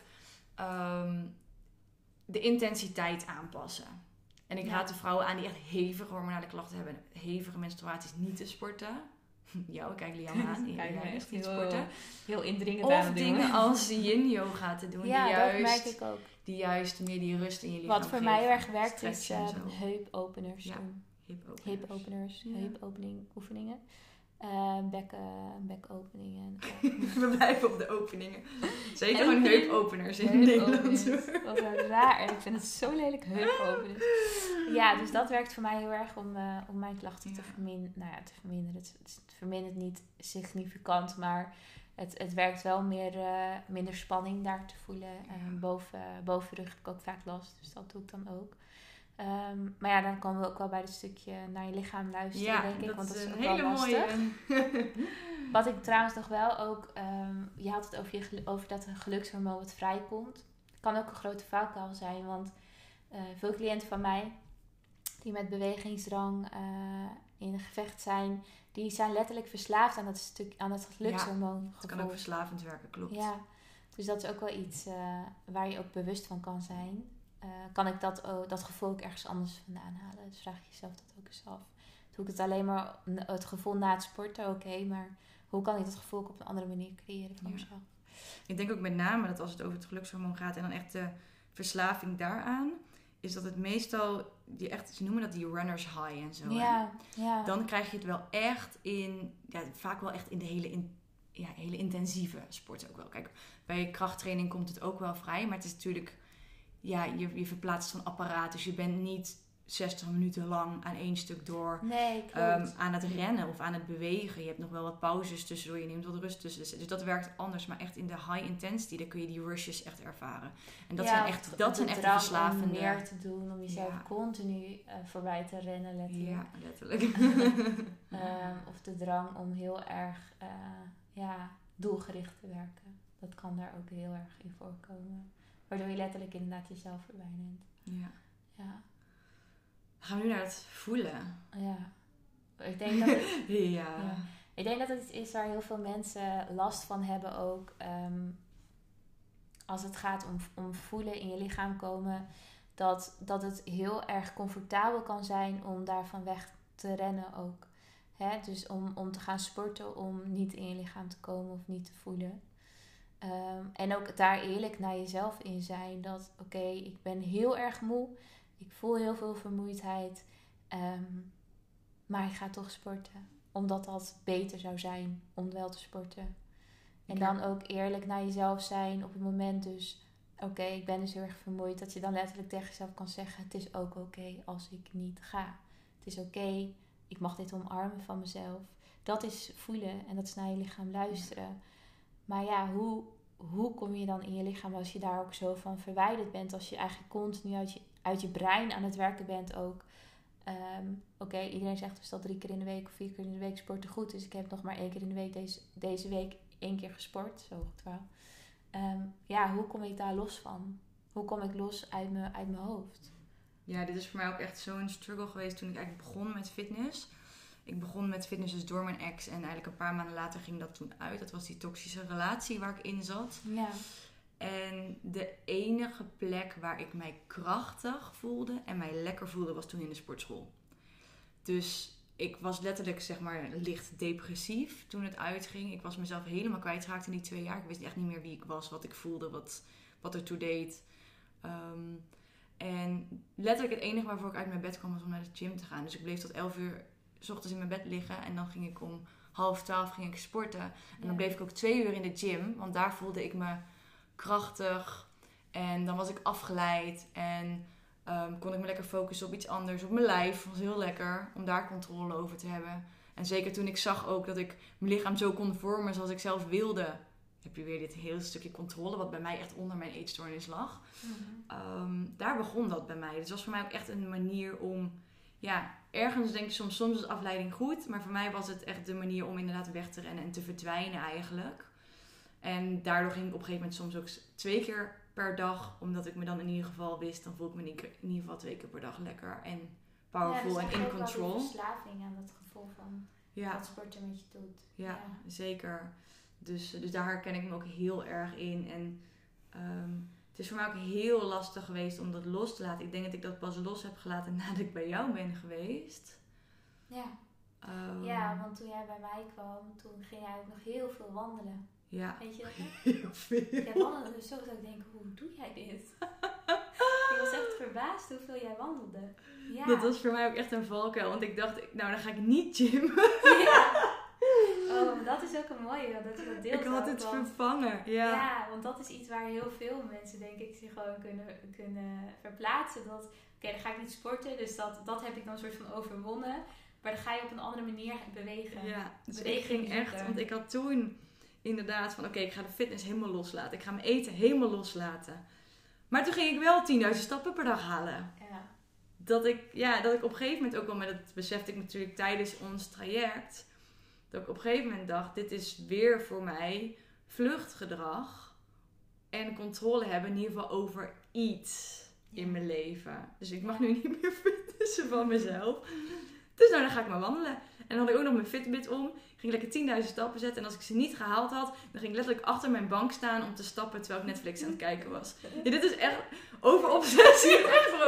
de intensiteit aanpassen. En ik raad de vrouwen aan die echt hevige hormonale klachten hebben, hevige menstruaties, niet te sporten. Ik kijk Liam aan. Ja, echt niet sporten. Heel indringend of aan het dingen doen. Als yin yoga te doen. Ja, dat merk ik ook. Die juist meer die rust in je lichaam Wat voor mij erg werkt is heupopeners doen. Heupopeners. Heupopening oefeningen. Bekopeningen. We blijven op de openingen. Zeker gewoon heupopeners in Nederland. Wat raar. Ik vind het zo lelijk, heupopeners. Ja, dus dat werkt voor mij heel erg om mijn klachten te verminderen. Te verminderen. Het vermindert niet significant, maar het werkt wel minder spanning daar te voelen. Bovenrug heb ik ook vaak last, dus dat doe ik dan ook. Maar dan komen we ook wel bij het stukje naar je lichaam luisteren, denk ik. Want dat is ook wel lastig. Wat ik trouwens nog wel ook... je had het over dat een gelukshormoon wat vrijkomt. Kan ook een grote valkuil zijn. Want veel cliënten van mij... die met bewegingsdrang in gevecht zijn, die zijn letterlijk verslaafd aan dat stuk, aan het gelukshormoon. Het kan ook verslavend werken, klopt. Ja, dus dat is ook wel iets waar je ook bewust van kan zijn. Kan ik dat gevoel ook ergens anders vandaan halen? Dus vraag je jezelf dat ook eens af. Doe ik het alleen maar het gevoel na het sporten? Oké, maar hoe kan ik dat gevoel ook op een andere manier creëren voor mezelf? Ik denk ook met name dat als het over het gelukshormoon gaat en dan echt de verslaving daaraan, is dat het meestal, ze noemen dat die runners high en zo. Ja. Dan krijg je het wel echt vaak wel echt in de hele intensieve sport ook wel. Kijk, bij krachttraining komt het ook wel vrij, maar het is natuurlijk, je verplaatst zo'n apparaat, dus je bent niet 60 minuten lang aan één stuk door aan het rennen of aan het bewegen. Je hebt nog wel wat pauzes tussendoor, je neemt wat rust tussen. Dus dat werkt anders, maar echt in de high intensity, dan kun je die rushes echt ervaren. En dat zijn echt de verslavende. Om meer te doen, om jezelf continu voorbij te rennen, letterlijk. Ja, letterlijk. Of de drang om heel erg doelgericht te werken. Dat kan daar ook heel erg in voorkomen. Waardoor je letterlijk inderdaad jezelf voorbij neemt. Ja. Ja. Gaan we nu naar het voelen? Ja. Ik denk dat het, ja. Ik denk dat het iets is waar heel veel mensen last van hebben ook. Als het gaat om voelen in je lichaam komen. Dat het heel erg comfortabel kan zijn om daarvan weg te rennen ook. Hè? Dus om te gaan sporten, om niet in je lichaam te komen of niet te voelen. En ook daar eerlijk naar jezelf in zijn. Dat oké, ik ben heel erg moe. Ik voel heel veel vermoeidheid. Maar ik ga toch sporten. Omdat dat beter zou zijn om wel te sporten. En dan ook eerlijk naar jezelf zijn op het moment dus. Oké, ik ben dus heel erg vermoeid. Dat je dan letterlijk tegen jezelf kan zeggen. Het is ook oké als ik niet ga. Het is oké. Ik mag dit omarmen van mezelf. Dat is voelen en dat is naar je lichaam luisteren. Maar ja, hoe kom je dan in je lichaam als je daar ook zo van verwijderd bent? Als je eigenlijk continu uit je brein aan het werken bent ook. Oké, iedereen zegt dus dat 3 keer in de week of 4 keer in de week sporten goed. Dus ik heb nog maar 1 keer in de week deze week 1 keer gesport. Zo getrouw. Hoe kom ik daar los van? Hoe kom ik los uit mijn hoofd? Ja, dit is voor mij ook echt zo'n struggle geweest toen ik eigenlijk begon met fitness. Ik begon met fitness dus door mijn ex. En eigenlijk een paar maanden later ging dat toen uit. Dat was die toxische relatie waar ik in zat. Ja. En de enige plek waar ik mij krachtig voelde en mij lekker voelde was toen in de sportschool. Dus ik was letterlijk zeg maar licht depressief toen het uitging. Ik was mezelf helemaal kwijtgeraakt in die 2 jaar. Ik wist echt niet meer wie ik was, wat ik voelde, wat ertoe deed. En letterlijk het enige waarvoor ik uit mijn bed kwam was om naar de gym te gaan. Dus ik bleef tot 11 uur 's ochtends in mijn bed liggen. En dan ging ik om 11:30 ging ik sporten. En dan bleef ik ook 2 uur in de gym. Want daar voelde ik me krachtig. En dan was ik afgeleid. En kon ik me lekker focussen op iets anders. Op mijn lijf. Dat was heel lekker om daar controle over te hebben. En zeker toen ik zag ook dat ik mijn lichaam zo kon vormen zoals ik zelf wilde. Heb je weer dit hele stukje controle. Wat bij mij echt onder mijn eetstoornis lag. Mm-hmm. Daar begon dat bij mij. Dus het was voor mij ook echt een manier om... Ja, ergens denk ik soms is afleiding goed. Maar voor mij was het echt de manier om inderdaad weg te rennen en te verdwijnen eigenlijk. En daardoor ging ik op een gegeven moment soms ook 2 keer per dag. Omdat ik me dan in ieder geval wist, dan voel ik me in ieder geval 2 keer per dag lekker en powerful en in control. Ja, dus verslaving aan dat gevoel van wat sporten met je doet. Ja, zeker. Dus daar herken ik me ook heel erg in. En het is voor mij ook heel lastig geweest om dat los te laten. Ik denk dat ik dat pas los heb gelaten nadat ik bij jou ben geweest. Ja. Ja, want toen jij bij mij kwam, toen ging jij ook nog heel veel wandelen. Ja. Weet je dat? Heel veel. Jij wandelde dus zo dat ik denk, hoe doe jij dit? Ik was echt verbaasd hoeveel jij wandelde. Ja. Dat was voor mij ook echt een valkuil. Want ik dacht, nou dan ga ik niet gymmen. Ja. Oh, dat is ook een mooie, dat je dat deelt. Ik had het vervangen, ja. Ja, want dat is iets waar heel veel mensen, denk ik, zich gewoon kunnen verplaatsen. Dat, oké, dan ga ik niet sporten, dus dat heb ik dan een soort van overwonnen. Maar dan ga je op een andere manier bewegen. Ja, dus ik ging echt, want ik had toen inderdaad van, oké, ik ga de fitness helemaal loslaten. Ik ga mijn eten helemaal loslaten. Maar toen ging ik wel 10.000 stappen per dag halen. Ja. Dat ik op een gegeven moment ook wel, maar dat besefte ik natuurlijk tijdens ons traject... Dat ik op een gegeven moment dacht, dit is weer voor mij vluchtgedrag. En controle hebben in ieder geval over iets. in mijn leven. Dus ik mag nu niet meer fitnessen van mezelf. Dus nou, dan ga ik maar wandelen. En dan had ik ook nog mijn Fitbit om. Ging lekker 10.000 stappen zetten. En als ik ze niet gehaald had, dan ging ik letterlijk achter mijn bank staan om te stappen terwijl ik Netflix aan het kijken was. Ja, dit is echt over obsessie.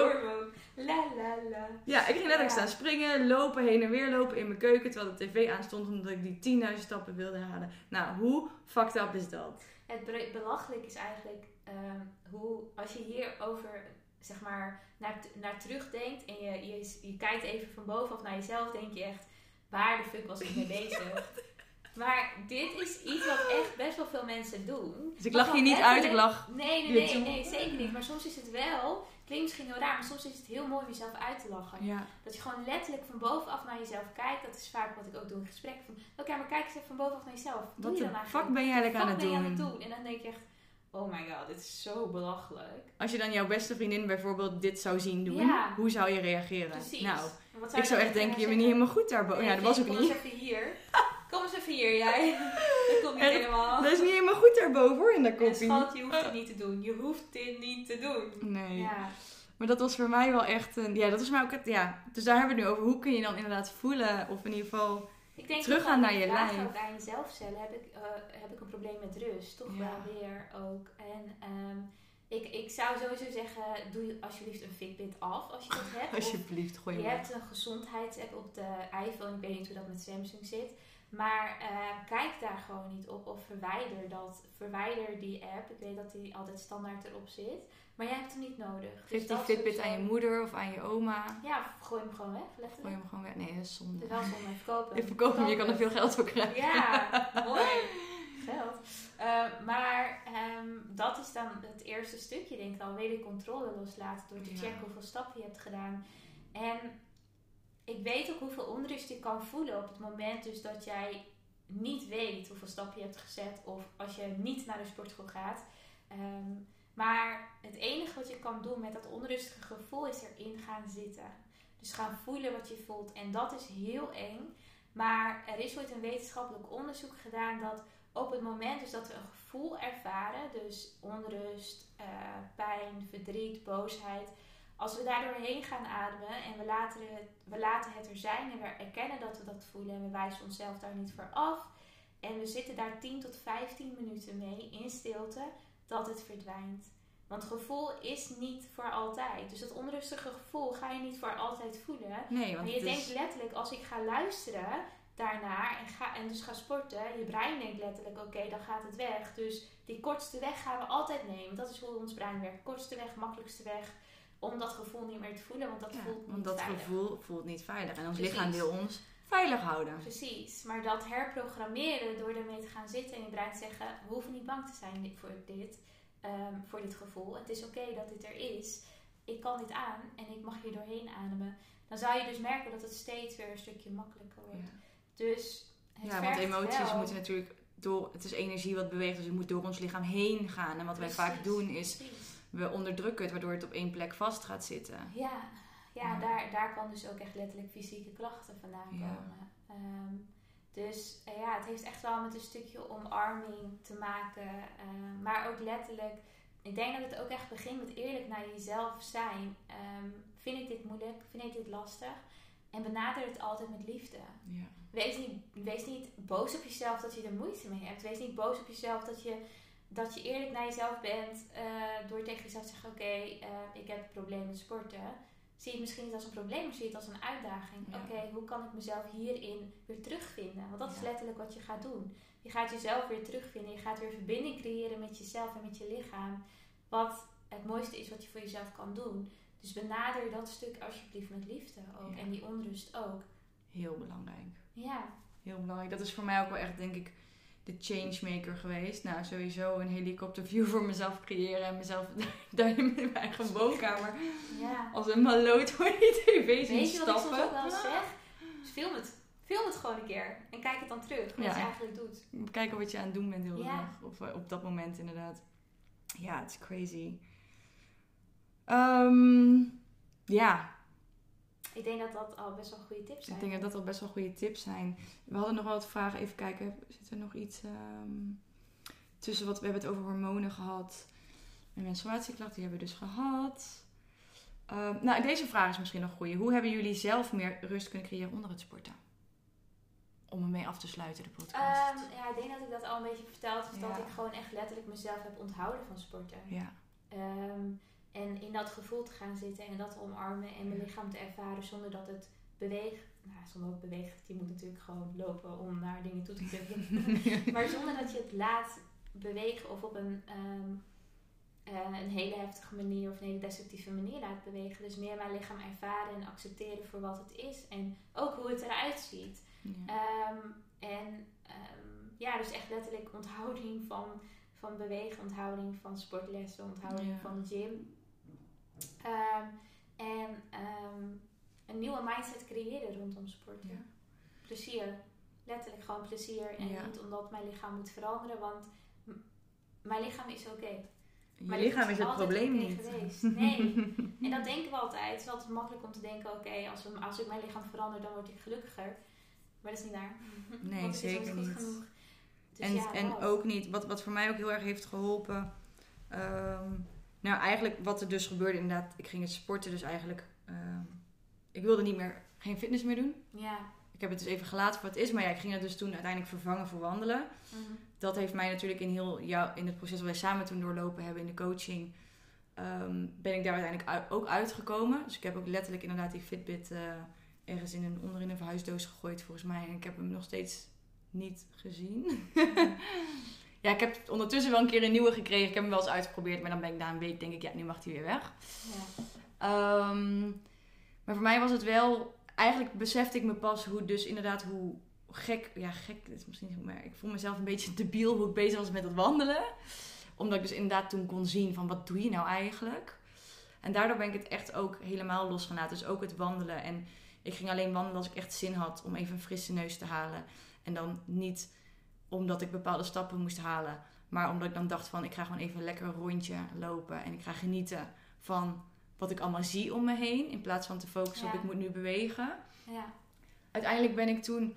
La la la. Ja, ik ging letterlijk staan springen, lopen, heen en weer lopen in mijn keuken terwijl de tv aanstond omdat ik die 10.000 stappen wilde halen. Nou, hoe fucked up is dat? Het belachelijk is eigenlijk hoe, als je hierover zeg maar naar terugdenkt en je kijkt even van bovenaf naar jezelf, denk je echt, waar de fuck was ik mee bezig? Maar dit is iets wat echt best wel veel mensen doen. Dus ik lach je niet uit, ik lach. Nee, zeker niet. Maar soms is het wel, klinkt misschien heel raar, maar soms is het heel mooi om jezelf uit te lachen. Ja. Dat je gewoon letterlijk van bovenaf naar jezelf kijkt. Dat is vaak wat ik ook doe in gesprekken. Oké, maar kijk eens even van bovenaf naar jezelf. Wat de fuck ben jij aan het doen? En dan denk je echt, oh my god, dit is zo belachelijk. Als je dan jouw beste vriendin bijvoorbeeld dit zou zien doen, hoe zou je reageren? Precies. Nou, ik zou echt denken, je bent niet helemaal goed daarboven. Ja, dat was ook niet. Kom eens even hier. Kom eens even hier, jij. Dat komt niet helemaal. Dat is niet helemaal goed daarboven hoor, in dat kopie. Schat, je hoeft dit niet te doen. Je hoeft dit niet te doen. Nee. Ja. Maar dat was voor mij wel echt dat was mij ook dus daar hebben we het nu over. Hoe kun je dan inderdaad voelen, of in ieder geval teruggaan naar je lijf. Ook aan jezelf stellen, heb ik een probleem met rust. Toch wel weer ook. En ik zou sowieso zeggen, doe alsjeblieft een Fitbit af als je dat hebt. Alsjeblieft, gooi je hebt een gezondheidsapp op de iPhone. Ik weet niet hoe dat met Samsung zit. Maar kijk daar gewoon niet op of verwijder dat. Verwijder die app. Ik weet dat die altijd standaard erop zit. Maar jij hebt hem niet nodig. Geef die Fitbit aan je moeder of aan je oma. Ja, gooi hem gewoon weg. Gooi hem gewoon weg. Nee, dat is zonde. Het is wel zonde. Verkopen. Je verkoopt hem, je kan er veel geld voor krijgen. Ja, mooi. Geld. Maar dat is dan het eerste stukje, denk ik al. Weer de controle loslaten door te checken hoeveel stappen je hebt gedaan. En ik weet ook hoeveel onrust je kan voelen op het moment dus dat jij niet weet hoeveel stappen je hebt gezet. Of als je niet naar de sportschool gaat. Maar het enige wat je kan doen met dat onrustige gevoel is erin gaan zitten. Dus gaan voelen wat je voelt. En dat is heel eng. Maar er is ooit een wetenschappelijk onderzoek gedaan dat op het moment dus dat we een gevoel ervaren, dus onrust, pijn, verdriet, boosheid, als we daar doorheen gaan ademen en we laten het er zijn en we erkennen dat we dat voelen en we wijzen onszelf daar niet voor af en we zitten daar 10 tot 15 minuten mee in stilte, dat het verdwijnt. Want gevoel is niet voor altijd. Dus dat onrustige gevoel ga je niet voor altijd voelen. Nee, want maar je denkt letterlijk, als ik ga luisteren daarnaar en dus ga sporten, je brein denkt letterlijk, oké, dan gaat het weg. Dus die kortste weg gaan we altijd nemen. Dat is hoe ons brein werkt. Kortste weg, makkelijkste weg. Om dat gevoel niet meer te voelen, want dat voelt niet want dat veilig. Gevoel voelt niet veilig. En ons lichaam wil ons veilig houden. Precies. Maar dat herprogrammeren door ermee te gaan zitten en je brein te zeggen, we hoeven niet bang te zijn voor dit gevoel. Het is oké dat dit er is. Ik kan dit aan en ik mag hier doorheen ademen. Dan zou je dus merken dat het steeds weer een stukje makkelijker wordt. Ja. Dus het want emoties moeten natuurlijk het is energie wat beweegt, dus het moet door ons lichaam heen gaan. En wat wij vaak doen is, we onderdrukken het, waardoor het op één plek vast gaat zitten. Ja. Daar kan dus ook echt letterlijk fysieke klachten vandaan komen. Dus het heeft echt wel met een stukje omarming te maken. Maar ook letterlijk, ik denk dat het ook echt begint met eerlijk naar jezelf zijn. Vind ik dit moeilijk? Vind ik dit lastig? En benader het altijd met liefde. Ja. Wees niet boos op jezelf dat je er moeite mee hebt. Wees niet boos op jezelf dat je eerlijk naar jezelf bent. Door tegen jezelf te zeggen, oké, ik heb een probleem met sporten. Zie je het misschien niet als een probleem, maar zie je het als een uitdaging. Ja. Oké, hoe kan ik mezelf hierin weer terugvinden? Want dat is letterlijk wat je gaat doen. Je gaat jezelf weer terugvinden. Je gaat weer verbinding creëren met jezelf en met je lichaam. Wat het mooiste is wat je voor jezelf kan doen. Dus benader dat stuk alsjeblieft met liefde ook. Ja. En die onrust ook. Heel belangrijk. Ja. Heel belangrijk. Dat is voor mij ook wel echt, denk ik, de changemaker geweest. Nou, sowieso een helikopterview voor mezelf creëren. En mezelf daar in mijn eigen woonkamer als een maloot voor die tv zien stappen. Weet je wat ik soms ook wel zeg? Dus film het gewoon een keer. En kijk het dan terug. Wat je eigenlijk doet. Kijken wat je aan het doen bent heel de dag. Of op dat moment inderdaad. Ja, het is crazy. Ik denk dat dat al best wel goede tips zijn. Ik denk dat dat al best wel goede tips zijn. We hadden nog wel wat vragen. Even kijken. Zit er nog iets tussen wat... We hebben het over hormonen gehad. En menstruatieklachten, die hebben we dus gehad. Deze vraag is misschien nog een goeie. Hoe hebben jullie zelf meer rust kunnen creëren onder het sporten? Om ermee af te sluiten, de podcast. Ik denk dat ik dat al een beetje verteld heb. Dat ik gewoon echt letterlijk mezelf heb onthouden van sporten. Ja. En in dat gevoel te gaan zitten en dat te omarmen en mijn lichaam te ervaren zonder dat het beweegt. Nou, zonder dat het beweegt. Die moet natuurlijk gewoon lopen om naar dingen toe te kunnen. Maar zonder dat je het laat bewegen of op een hele heftige manier of een hele destructieve manier laat bewegen. Dus meer mijn lichaam ervaren en accepteren voor wat het is. En ook hoe het eruit ziet. Ja. Dus echt letterlijk onthouding van bewegen, onthouding van sportlessen, onthouding van de gym. Een nieuwe mindset creëren rondom sporten. Ja. Plezier. Letterlijk gewoon plezier. En niet omdat mijn lichaam moet veranderen, want mijn lichaam is oké. Je lichaam is het probleem niet. Geweest. Nee. En dat denken we altijd. Het is altijd makkelijk om te denken, als ik mijn lichaam verander, dan word ik gelukkiger. Maar dat is niet waar. Nee, want het zeker is niet. Genoeg. Dus en ook niet, wat voor mij ook heel erg heeft geholpen. Eigenlijk wat er dus gebeurde inderdaad. Ik ging het sporten dus eigenlijk. Ik wilde geen fitness meer doen. Ja. Ik heb het dus even gelaten voor wat het is. Maar ik ging het dus toen uiteindelijk vervangen voor wandelen. Mm-hmm. Dat heeft mij natuurlijk in het proces wat wij samen toen doorlopen hebben in de coaching. Ben ik daar uiteindelijk ook uitgekomen. Dus ik heb ook letterlijk inderdaad die Fitbit ergens onderin een verhuisdoos gegooid volgens mij. En ik heb hem nog steeds niet gezien. Ja, ik heb ondertussen wel een keer een nieuwe gekregen. Ik heb hem wel eens uitgeprobeerd. Maar dan ben ik na een week denk ik, nu mag hij weer weg. Ja. Maar voor mij was het wel... Eigenlijk besefte ik me pas hoe gek... Ja, gek, dit is misschien niet, maar ik voel mezelf een beetje debiel hoe ik bezig was met het wandelen. Omdat ik dus inderdaad toen kon zien van wat doe je nou eigenlijk? En daardoor ben ik het echt ook helemaal losgelaten. Dus ook het wandelen. En ik ging alleen wandelen als ik echt zin had om even een frisse neus te halen. En dan niet omdat ik bepaalde stappen moest halen. Maar omdat ik dan dacht van ik ga gewoon even lekker een rondje lopen. En ik ga genieten van wat ik allemaal zie om me heen. In plaats van te focussen op ik moet nu bewegen. Ja. Uiteindelijk ben ik toen...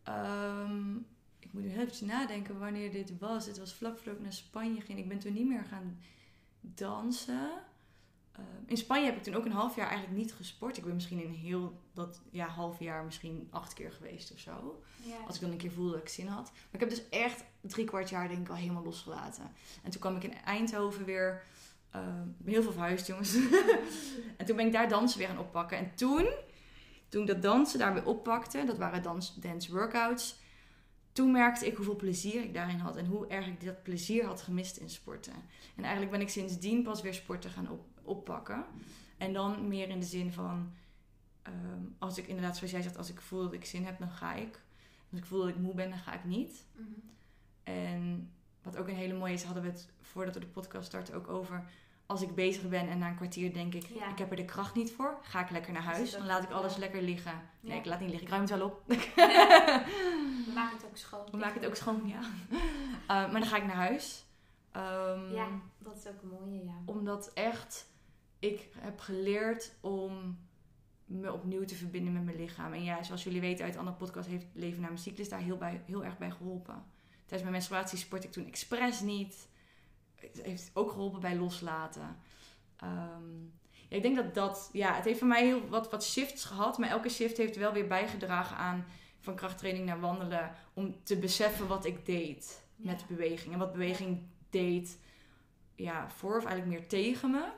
ik moet heel even nadenken wanneer dit was. Het was vlak voordat ik naar Spanje ging. Ik ben toen niet meer gaan dansen. In Spanje heb ik toen ook een half jaar eigenlijk niet gesport. Ik ben misschien in heel dat half jaar misschien 8 keer geweest of zo. Ja. Als ik dan een keer voelde dat ik zin had. Maar ik heb dus echt 3/4 jaar denk ik al helemaal losgelaten. En toen kwam ik in Eindhoven weer... ik ben heel veel verhuisd, jongens. En toen ben ik daar dansen weer gaan oppakken. En toen ik dat dansen daar weer oppakte... Dat waren dance workouts... Toen merkte ik hoeveel plezier ik daarin had. En hoe erg ik dat plezier had gemist in sporten. En eigenlijk ben ik sindsdien pas weer sporten gaan oppakken. En dan meer in de zin van... als ik inderdaad, zoals jij zegt... Als ik voel dat ik zin heb, dan ga ik. Als ik voel dat ik moe ben, dan ga ik niet. Mm-hmm. En wat ook een hele mooie is... Hadden we het, voordat we de podcast starten, ook over... Als ik bezig ben en na een kwartier denk ik... Ik heb er de kracht niet voor. Ga ik lekker naar huis. Dan laat ik alles lekker liggen. Nee, ik laat niet liggen. Ik ruim het wel op. We maken het ook schoon. We maken het ook schoon, ja. Maar dan ga ik naar huis. Dat is ook een mooie, ja. Omdat echt... Ik heb geleerd om me opnieuw te verbinden met mijn lichaam. En ja, zoals jullie weten uit een andere podcast... heeft Leven na mijn cyclus daar heel erg bij geholpen. Tijdens mijn menstruatie sport ik toen expres niet... Het heeft ook geholpen bij loslaten. Ik denk dat... Ja, het heeft voor mij heel wat shifts gehad. Maar elke shift heeft wel weer bijgedragen aan... Van krachttraining naar wandelen. Om te beseffen wat ik deed met beweging. En wat beweging deed voor of eigenlijk meer tegen me.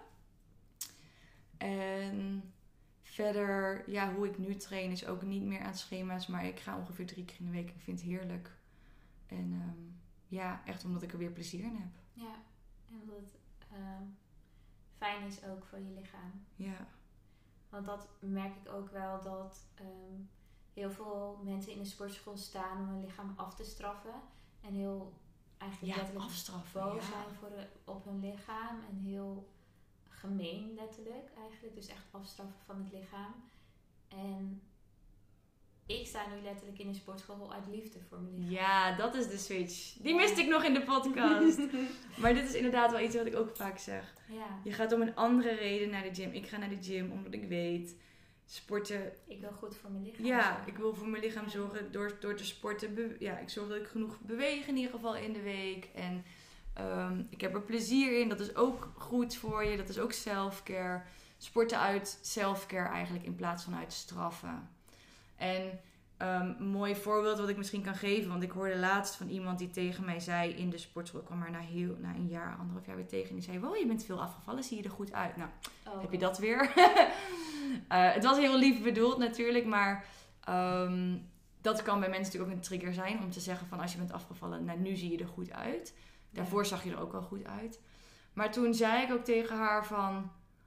En verder, hoe ik nu train is ook niet meer aan schema's. Maar ik ga ongeveer 3 keer in de week. Ik vind het heerlijk. En echt omdat ik er weer plezier in heb. Ja, en omdat het fijn is ook voor je lichaam. Ja. Want dat merk ik ook wel dat heel veel mensen in de sportschool staan om hun lichaam af te straffen. En heel eigenlijk letterlijk boos zijn op hun lichaam. En heel gemeen letterlijk eigenlijk. Dus echt afstraffen van het lichaam. En ik sta nu letterlijk in de sportschool uit liefde voor mijn lichaam. Ja, dat is de switch. Die miste ik nog in de podcast. Maar dit is inderdaad wel iets wat ik ook vaak zeg. Ja. Je gaat om een andere reden naar de gym. Ik ga naar de gym omdat ik weet... Sporten... Ik wil goed voor mijn lichaam zorgen. Ik wil voor mijn lichaam zorgen door te sporten. Ik zorg dat ik genoeg beweeg in ieder geval in de week. En ik heb er plezier in. Dat is ook goed voor je. Dat is ook self-care. sporten uit self-care eigenlijk in plaats van uit straffen. En een mooi voorbeeld wat ik misschien kan geven. Want ik hoorde laatst van iemand die tegen mij zei in de sportschool. Ik kwam maar na een jaar, 1,5 jaar weer tegen. En die zei, wow, je bent veel afgevallen. Zie je er goed uit? Nou, heb je dat weer. Het was heel lief bedoeld natuurlijk. Maar dat kan bij mensen natuurlijk ook een trigger zijn. Om te zeggen van als je bent afgevallen. Nou, nu zie je er goed uit. Daarvoor zag je er ook wel goed uit. Maar toen zei ik ook tegen haar van...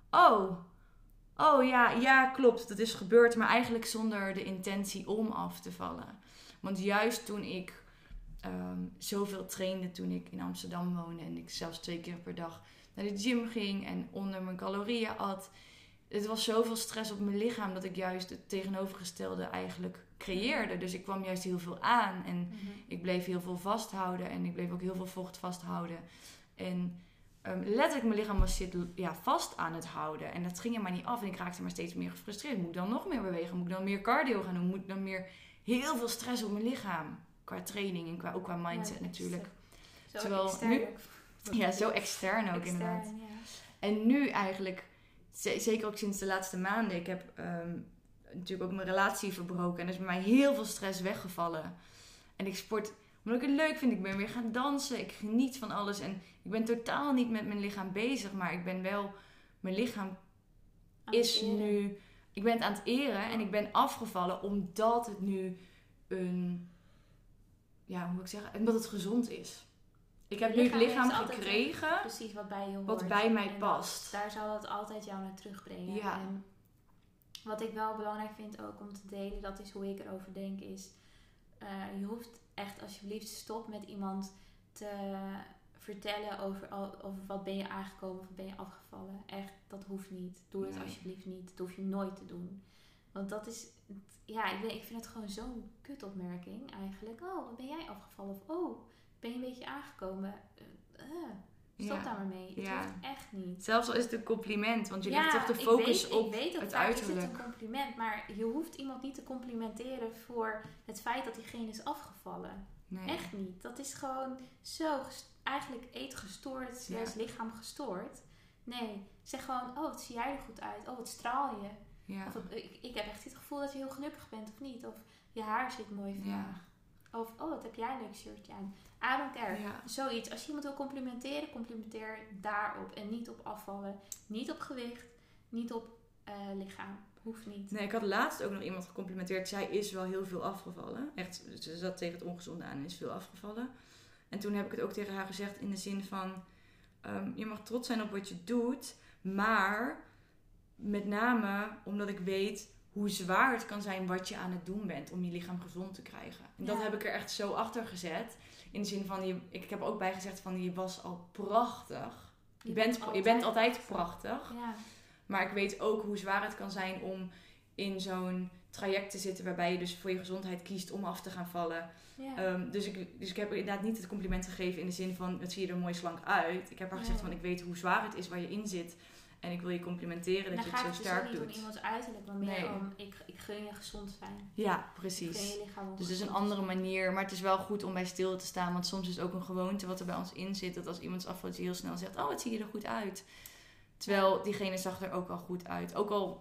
Oh ja, klopt. Dat is gebeurd. Maar eigenlijk zonder de intentie om af te vallen. Want juist toen ik zoveel trainde. Toen ik in Amsterdam woonde. En ik zelfs 2 keer per dag naar de gym ging. En onder mijn calorieën at. Het was zoveel stress op mijn lichaam. Dat ik juist het tegenovergestelde eigenlijk creëerde. Dus ik kwam juist heel veel aan. En ik bleef heel veel vasthouden. En ik bleef ook heel veel vocht vasthouden. En... letterlijk mijn lichaam was vast aan het houden. En dat ging er maar niet af. En ik raakte maar steeds meer gefrustreerd. Moet ik dan nog meer bewegen? Moet ik dan meer cardio gaan doen? Moet ik dan meer heel veel stress op mijn lichaam? Qua training en ook qua mindset natuurlijk. Zo extern. Zo extern ook inderdaad. Ja. En nu eigenlijk, zeker ook sinds de laatste maanden. Ik heb natuurlijk ook mijn relatie verbroken. En er is bij mij heel veel stress weggevallen. En ik sport... Omdat ik het leuk vind. Ik ben weer gaan dansen. Ik geniet van alles. En ik ben totaal niet met mijn lichaam bezig. Maar ik ben wel... Mijn lichaam is nu... Ik ben het aan het eren. En ik ben afgevallen omdat het nu een... Ja, hoe moet ik zeggen? Omdat het gezond is. Ik heb nu het lichaam gekregen. Precies wat bij je hoort. Wat bij mij past. Daar zal het altijd jou naar terugbrengen. Ja. En wat ik wel belangrijk vind ook om te delen. Dat is hoe ik erover denk. Is... je hoeft echt alsjeblieft stop met iemand te vertellen over wat ben je aangekomen of wat ben je afgevallen. Echt, dat hoeft niet. Doe het alsjeblieft niet. Dat hoef je nooit te doen. Want dat is, ik vind het gewoon zo'n kutopmerking eigenlijk. Oh, wat ben jij afgevallen? Of ben je een beetje aangekomen? Stop daar maar mee. Het hoeft echt niet. Zelfs al is het een compliment, want je legt toch de focus op het uiterlijk. Is het een compliment, maar je hoeft iemand niet te complimenteren voor het feit dat diegene is afgevallen. Nee. Echt niet. Dat is gewoon zo eigenlijk eetgestoord, lichaam gestoord. Nee, zeg gewoon, wat zie jij er goed uit? Wat straal je? Ja. Of ik heb echt het gevoel dat je heel gelukkig bent of niet. Of je haar zit mooi vandaag. Ja. Of, wat heb jij een leuk shirtje aan? I don't care. Ja. Zoiets. Als je iemand wil complimenteren, complimenteer daarop. En niet op afvallen. Niet op gewicht. Niet op lichaam. Hoeft niet. Nee, ik had laatst ook nog iemand gecomplimenteerd. Zij is wel heel veel afgevallen. Echt, ze zat tegen het ongezonde aan en is veel afgevallen. En toen heb ik het ook tegen haar gezegd in de zin van... je mag trots zijn op wat je doet. Maar met name omdat ik weet... hoe zwaar het kan zijn wat je aan het doen bent om je lichaam gezond te krijgen. En dat heb ik er echt zo achter gezet. In de zin van, ik heb ook bijgezegd van, je was al prachtig. Je bent altijd prachtig. Ja. Maar ik weet ook hoe zwaar het kan zijn om in zo'n traject te zitten... waarbij je dus voor je gezondheid kiest om af te gaan vallen. Ja. Dus ik heb inderdaad niet het compliment gegeven in de zin van... het zie je er mooi slank uit. Ik heb haar gezegd van, ik weet hoe zwaar het is waar je in zit... En ik wil je complimenteren dat je het zo sterk doet. Dan gaat het dus niet om iemands uiterlijk, maar meer om... Ik gun je gezond zijn. Ja, precies. Ik gun je lichaam dus het is een andere manier. Maar het is wel goed om bij stil te staan. Want soms is het ook een gewoonte wat er bij ons in zit. Dat als iemand afvalt, je heel snel zegt... het zie je er goed uit. Terwijl diegene zag er ook al goed uit. Ook al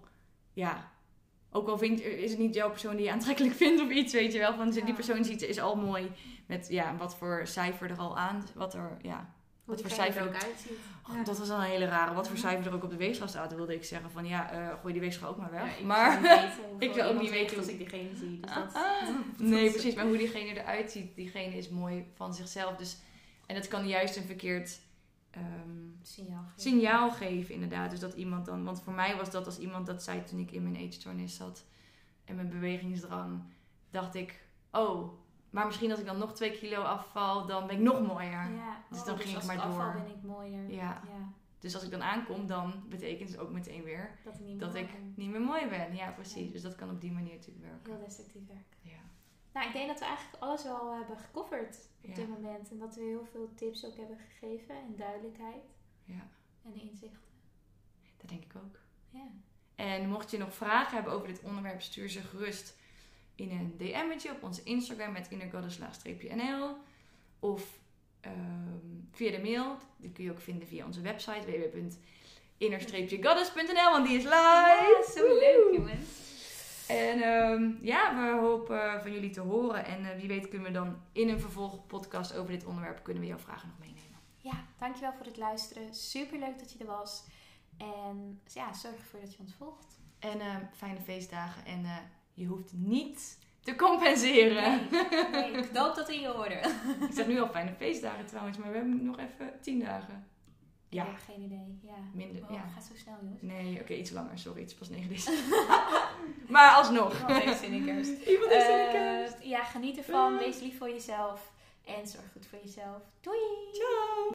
is het niet jouw persoon die je aantrekkelijk vindt of iets, weet je wel. Van die persoon ziet is al mooi. Met wat voor cijfer er al aan... Wat voor cijfer er ook uitziet. Dat was al een hele rare. Wat voor cijfer er ook op de weegschaal staat, wilde ik zeggen. Van gooi die weegschaal ook maar weg. Ik wil ook niet weten als ik diegene zie. Dus nee, precies. Maar hoe diegene eruit ziet, diegene is mooi van zichzelf. Dus, en dat kan juist een verkeerd signaal geven, inderdaad. Dus dat iemand dan... Want voor mij was dat als iemand dat zei toen ik in mijn eetstoornis zat. En mijn bewegingsdrang. Dacht ik, maar misschien als ik dan nog 2 kilo afval, dan ben ik nog mooier. Ja. Dus dan ging ik maar door. Als ik afval ben ik mooier. Ja. Dus als ik dan aankom, dan betekent het ook meteen weer dat ik niet meer mooi ben. Ja, precies. Ja. Dus dat kan op die manier natuurlijk werken. Heel destructief werken. Ja. Nou, ik denk dat we eigenlijk alles wel hebben gecoverd op dit moment. En dat we heel veel tips ook hebben gegeven en duidelijkheid. Ja. En inzichten. Dat denk ik ook. Ja. En mocht je nog vragen hebben over dit onderwerp, stuur ze gerust in een DM'tje op onze Instagram met innergoddess_nl of via de mail. Die kun je ook vinden via onze website inner-goddess.nl, want die is live. Ja, zo leuk, jongens. En we hopen van jullie te horen. En wie weet kunnen we dan in een vervolgpodcast over dit onderwerp kunnen we jouw vragen nog meenemen. Ja, dankjewel voor het luisteren. Super leuk dat je er was. En ja, zorg ervoor dat je ons volgt. En fijne feestdagen. En je hoeft niet te compenseren. Nee, ik knoop dat in je oren. Ik zeg nu al fijne feestdagen trouwens, maar we hebben nog even 10 dagen. Ja, geen idee. Ja. Minder, Oh, ja. het gaat zo snel, jongens. Nee, oké, iets langer. Sorry, het is pas 9 december. Maar alsnog. Iemand heeft zin in kerst. Iemand heeft zin in kerst. Ja, geniet ervan. Wees lief voor jezelf. En zorg goed voor jezelf. Doei! Ciao!